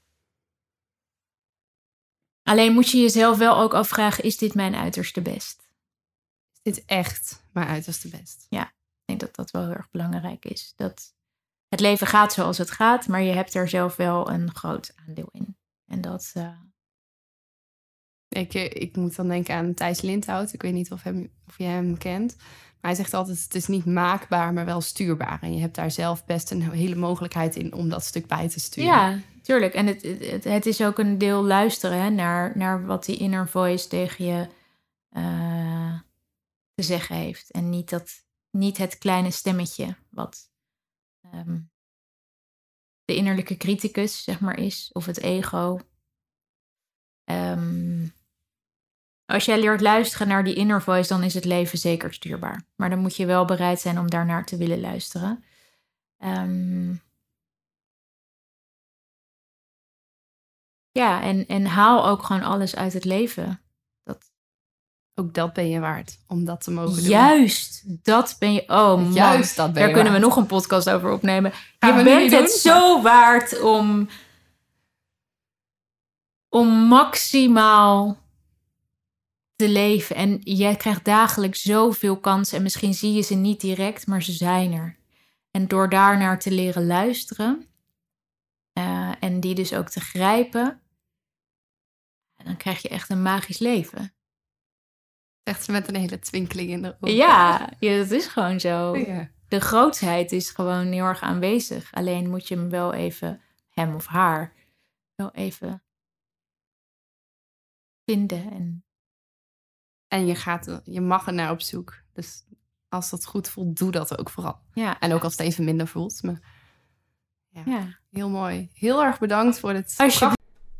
Alleen moet je jezelf wel ook afvragen, is dit mijn uiterste best? Is dit echt mijn uiterste best? Ja, ik denk dat dat wel heel erg belangrijk is. Dat het leven gaat zoals het gaat, maar je hebt er zelf wel een groot aandeel in. En dat... Uh... Ik, ik moet dan denken aan Thijs Lindhout. Ik weet niet of, hem, of je hem kent. Maar hij zegt altijd, het is niet maakbaar, maar wel stuurbaar. En je hebt daar zelf best een hele mogelijkheid in om dat stuk bij te sturen. Ja, tuurlijk. En het, het, het is ook een deel luisteren, hè, naar, naar wat die inner voice tegen je uh, te zeggen heeft. En niet, dat, niet het kleine stemmetje wat um, de innerlijke criticus, zeg maar, is. Of het ego. Um, als jij leert luisteren naar die inner voice, dan is het leven zeker stuurbaar. Maar dan moet je wel bereid zijn om daarnaar te willen luisteren. Um, ja, en, en haal ook gewoon alles uit het leven. Dat... Ook dat ben je waard, om dat te mogen doen. Juist, dat ben je... Oh man, Juist, dat ben daar je kunnen waard. we nog een podcast over opnemen. Gaan je bent het doen? zo waard om... om maximaal te leven. En jij krijgt dagelijks zoveel kansen. En misschien zie je ze niet direct, maar ze zijn er. En door daarnaar te leren luisteren... Uh, en die dus ook te grijpen... dan krijg je echt een magisch leven. Echt met een hele twinkeling in de ogen. Ja, ja, dat is gewoon zo. Ja. De grootheid is gewoon heel erg aanwezig. Alleen moet je hem wel even, hem of haar... wel even... vinden. En, en je, gaat, je mag er naar op zoek. Dus als dat goed voelt, doe dat ook vooral. Ja. En ook als het even minder voelt. Maar ja, ja. Heel mooi. Heel erg bedankt voor dit. Je...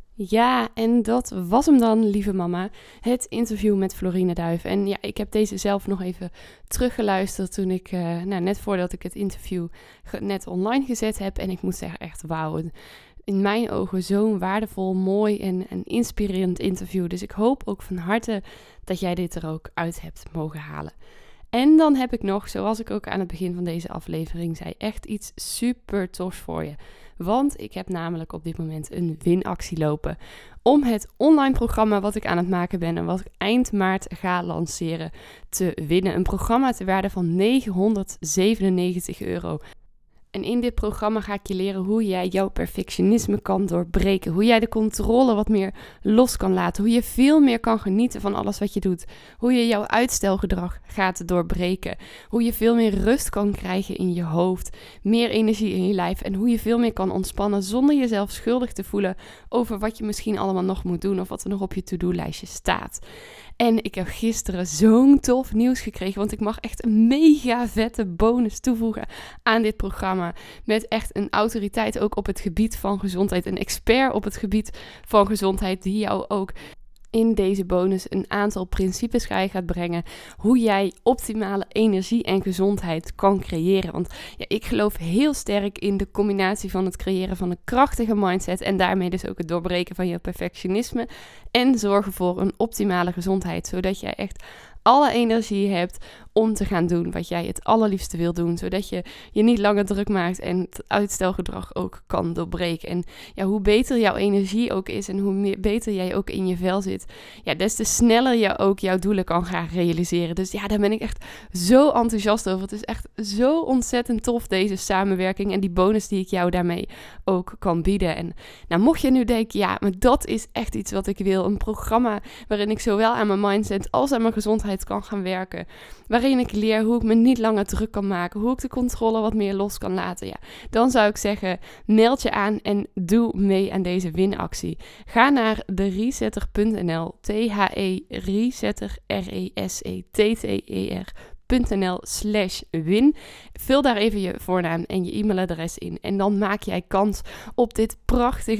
Ja, en dat was hem dan, lieve mama. Het interview met Florine Duif. En ja, ik heb deze zelf nog even teruggeluisterd toen ik, uh, nou, net voordat ik het interview ge- net online gezet heb. En ik moet zeggen, echt wauw. In mijn ogen zo'n waardevol, mooi en, en inspirerend interview. Dus ik hoop ook van harte dat jij dit er ook uit hebt mogen halen. En dan heb ik nog, zoals ik ook aan het begin van deze aflevering zei, echt iets super tofs voor je. Want ik heb namelijk op dit moment een winactie lopen om het online programma wat ik aan het maken ben en wat ik eind maart ga lanceren te winnen. Een programma ter waarde van negenhonderdzevenennegentig euro. En in dit programma ga ik je leren hoe jij jouw perfectionisme kan doorbreken. Hoe jij de controle wat meer los kan laten. Hoe je veel meer kan genieten van alles wat je doet. Hoe je jouw uitstelgedrag gaat doorbreken. Hoe je veel meer rust kan krijgen in je hoofd. Meer energie in je lijf. En hoe je veel meer kan ontspannen zonder jezelf schuldig te voelen over wat je misschien allemaal nog moet doen. Of wat er nog op je to-do-lijstje staat. En ik heb gisteren zo'n tof nieuws gekregen. Want ik mag echt een mega vette bonus toevoegen aan dit programma. Met echt een autoriteit ook op het gebied van gezondheid. Een expert op het gebied van gezondheid die jou ook in deze bonus een aantal principes gaat brengen. Hoe jij optimale energie en gezondheid kan creëren. Want ja, ik geloof heel sterk in de combinatie van het creëren van een krachtige mindset. En daarmee dus ook het doorbreken van je perfectionisme. En zorgen voor een optimale gezondheid. Zodat jij echt alle energie hebt om te gaan doen wat jij het allerliefste wil doen. Zodat je je niet langer druk maakt en het uitstelgedrag ook kan doorbreken. En ja, hoe beter jouw energie ook is en hoe meer, beter jij ook in je vel zit, ja, des te sneller je ook jouw doelen kan gaan realiseren. Dus ja, daar ben ik echt zo enthousiast over. Het is echt zo ontzettend tof, deze samenwerking en die bonus die ik jou daarmee ook kan bieden. En nou, mocht je nu denken, ja, maar dat is echt iets wat ik wil. Een programma waarin ik zowel aan mijn mindset als aan mijn gezondheid kan gaan werken. Waarin ik leer hoe ik me niet langer druk kan maken. Hoe ik de controle wat meer los kan laten. Ja, dan zou ik zeggen, meld je aan en doe mee aan deze winactie. Ga naar de resetter punt n l. T H E Resetter, R E S E T T E R. .nl slash win. Vul daar even je voornaam en je e-mailadres in. En dan maak jij kans op dit prachtige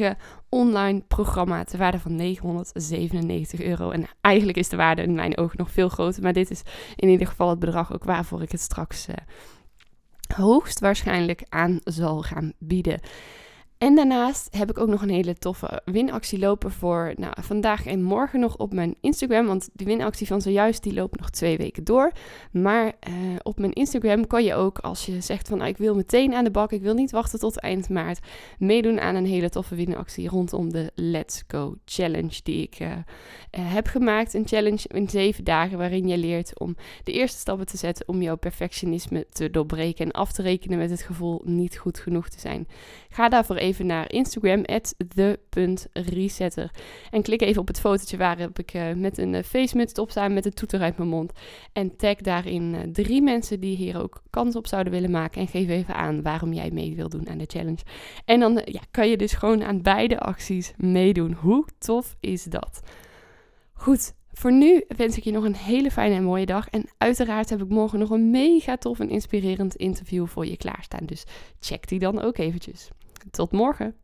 online programma ter waarde van negenhonderdzevenennegentig euro. En eigenlijk is de waarde in mijn ogen nog veel groter, maar dit is in ieder geval het bedrag ook waarvoor ik het straks uh, hoogstwaarschijnlijk aan zal gaan bieden. En daarnaast heb ik ook nog een hele toffe winactie lopen voor nou, vandaag en morgen nog op mijn Instagram. Want die winactie van zojuist, die loopt nog twee weken door. Maar uh, op mijn Instagram kan je ook, als je zegt van nou, ik wil meteen aan de bak, ik wil niet wachten tot eind maart, meedoen aan een hele toffe winactie rondom de Let's Go Challenge die ik uh, uh, heb gemaakt. Een challenge in zeven dagen waarin je leert om de eerste stappen te zetten om jouw perfectionisme te doorbreken en af te rekenen met het gevoel niet goed genoeg te zijn. Ga daarvoor even Even naar Instagram, at the punt resetter. En klik even op het fotootje waarop ik uh, met een uh, facemuts op sta met de toeter uit mijn mond. En tag daarin uh, drie mensen die hier ook kans op zouden willen maken. En geef even aan waarom jij mee wil doen aan de challenge. En dan uh, ja, kan je dus gewoon aan beide acties meedoen. Hoe tof is dat? Goed. Voor nu wens ik je nog een hele fijne en mooie dag. En uiteraard heb ik morgen nog een mega tof en inspirerend interview voor je klaarstaan. Dus check die dan ook eventjes. Tot morgen!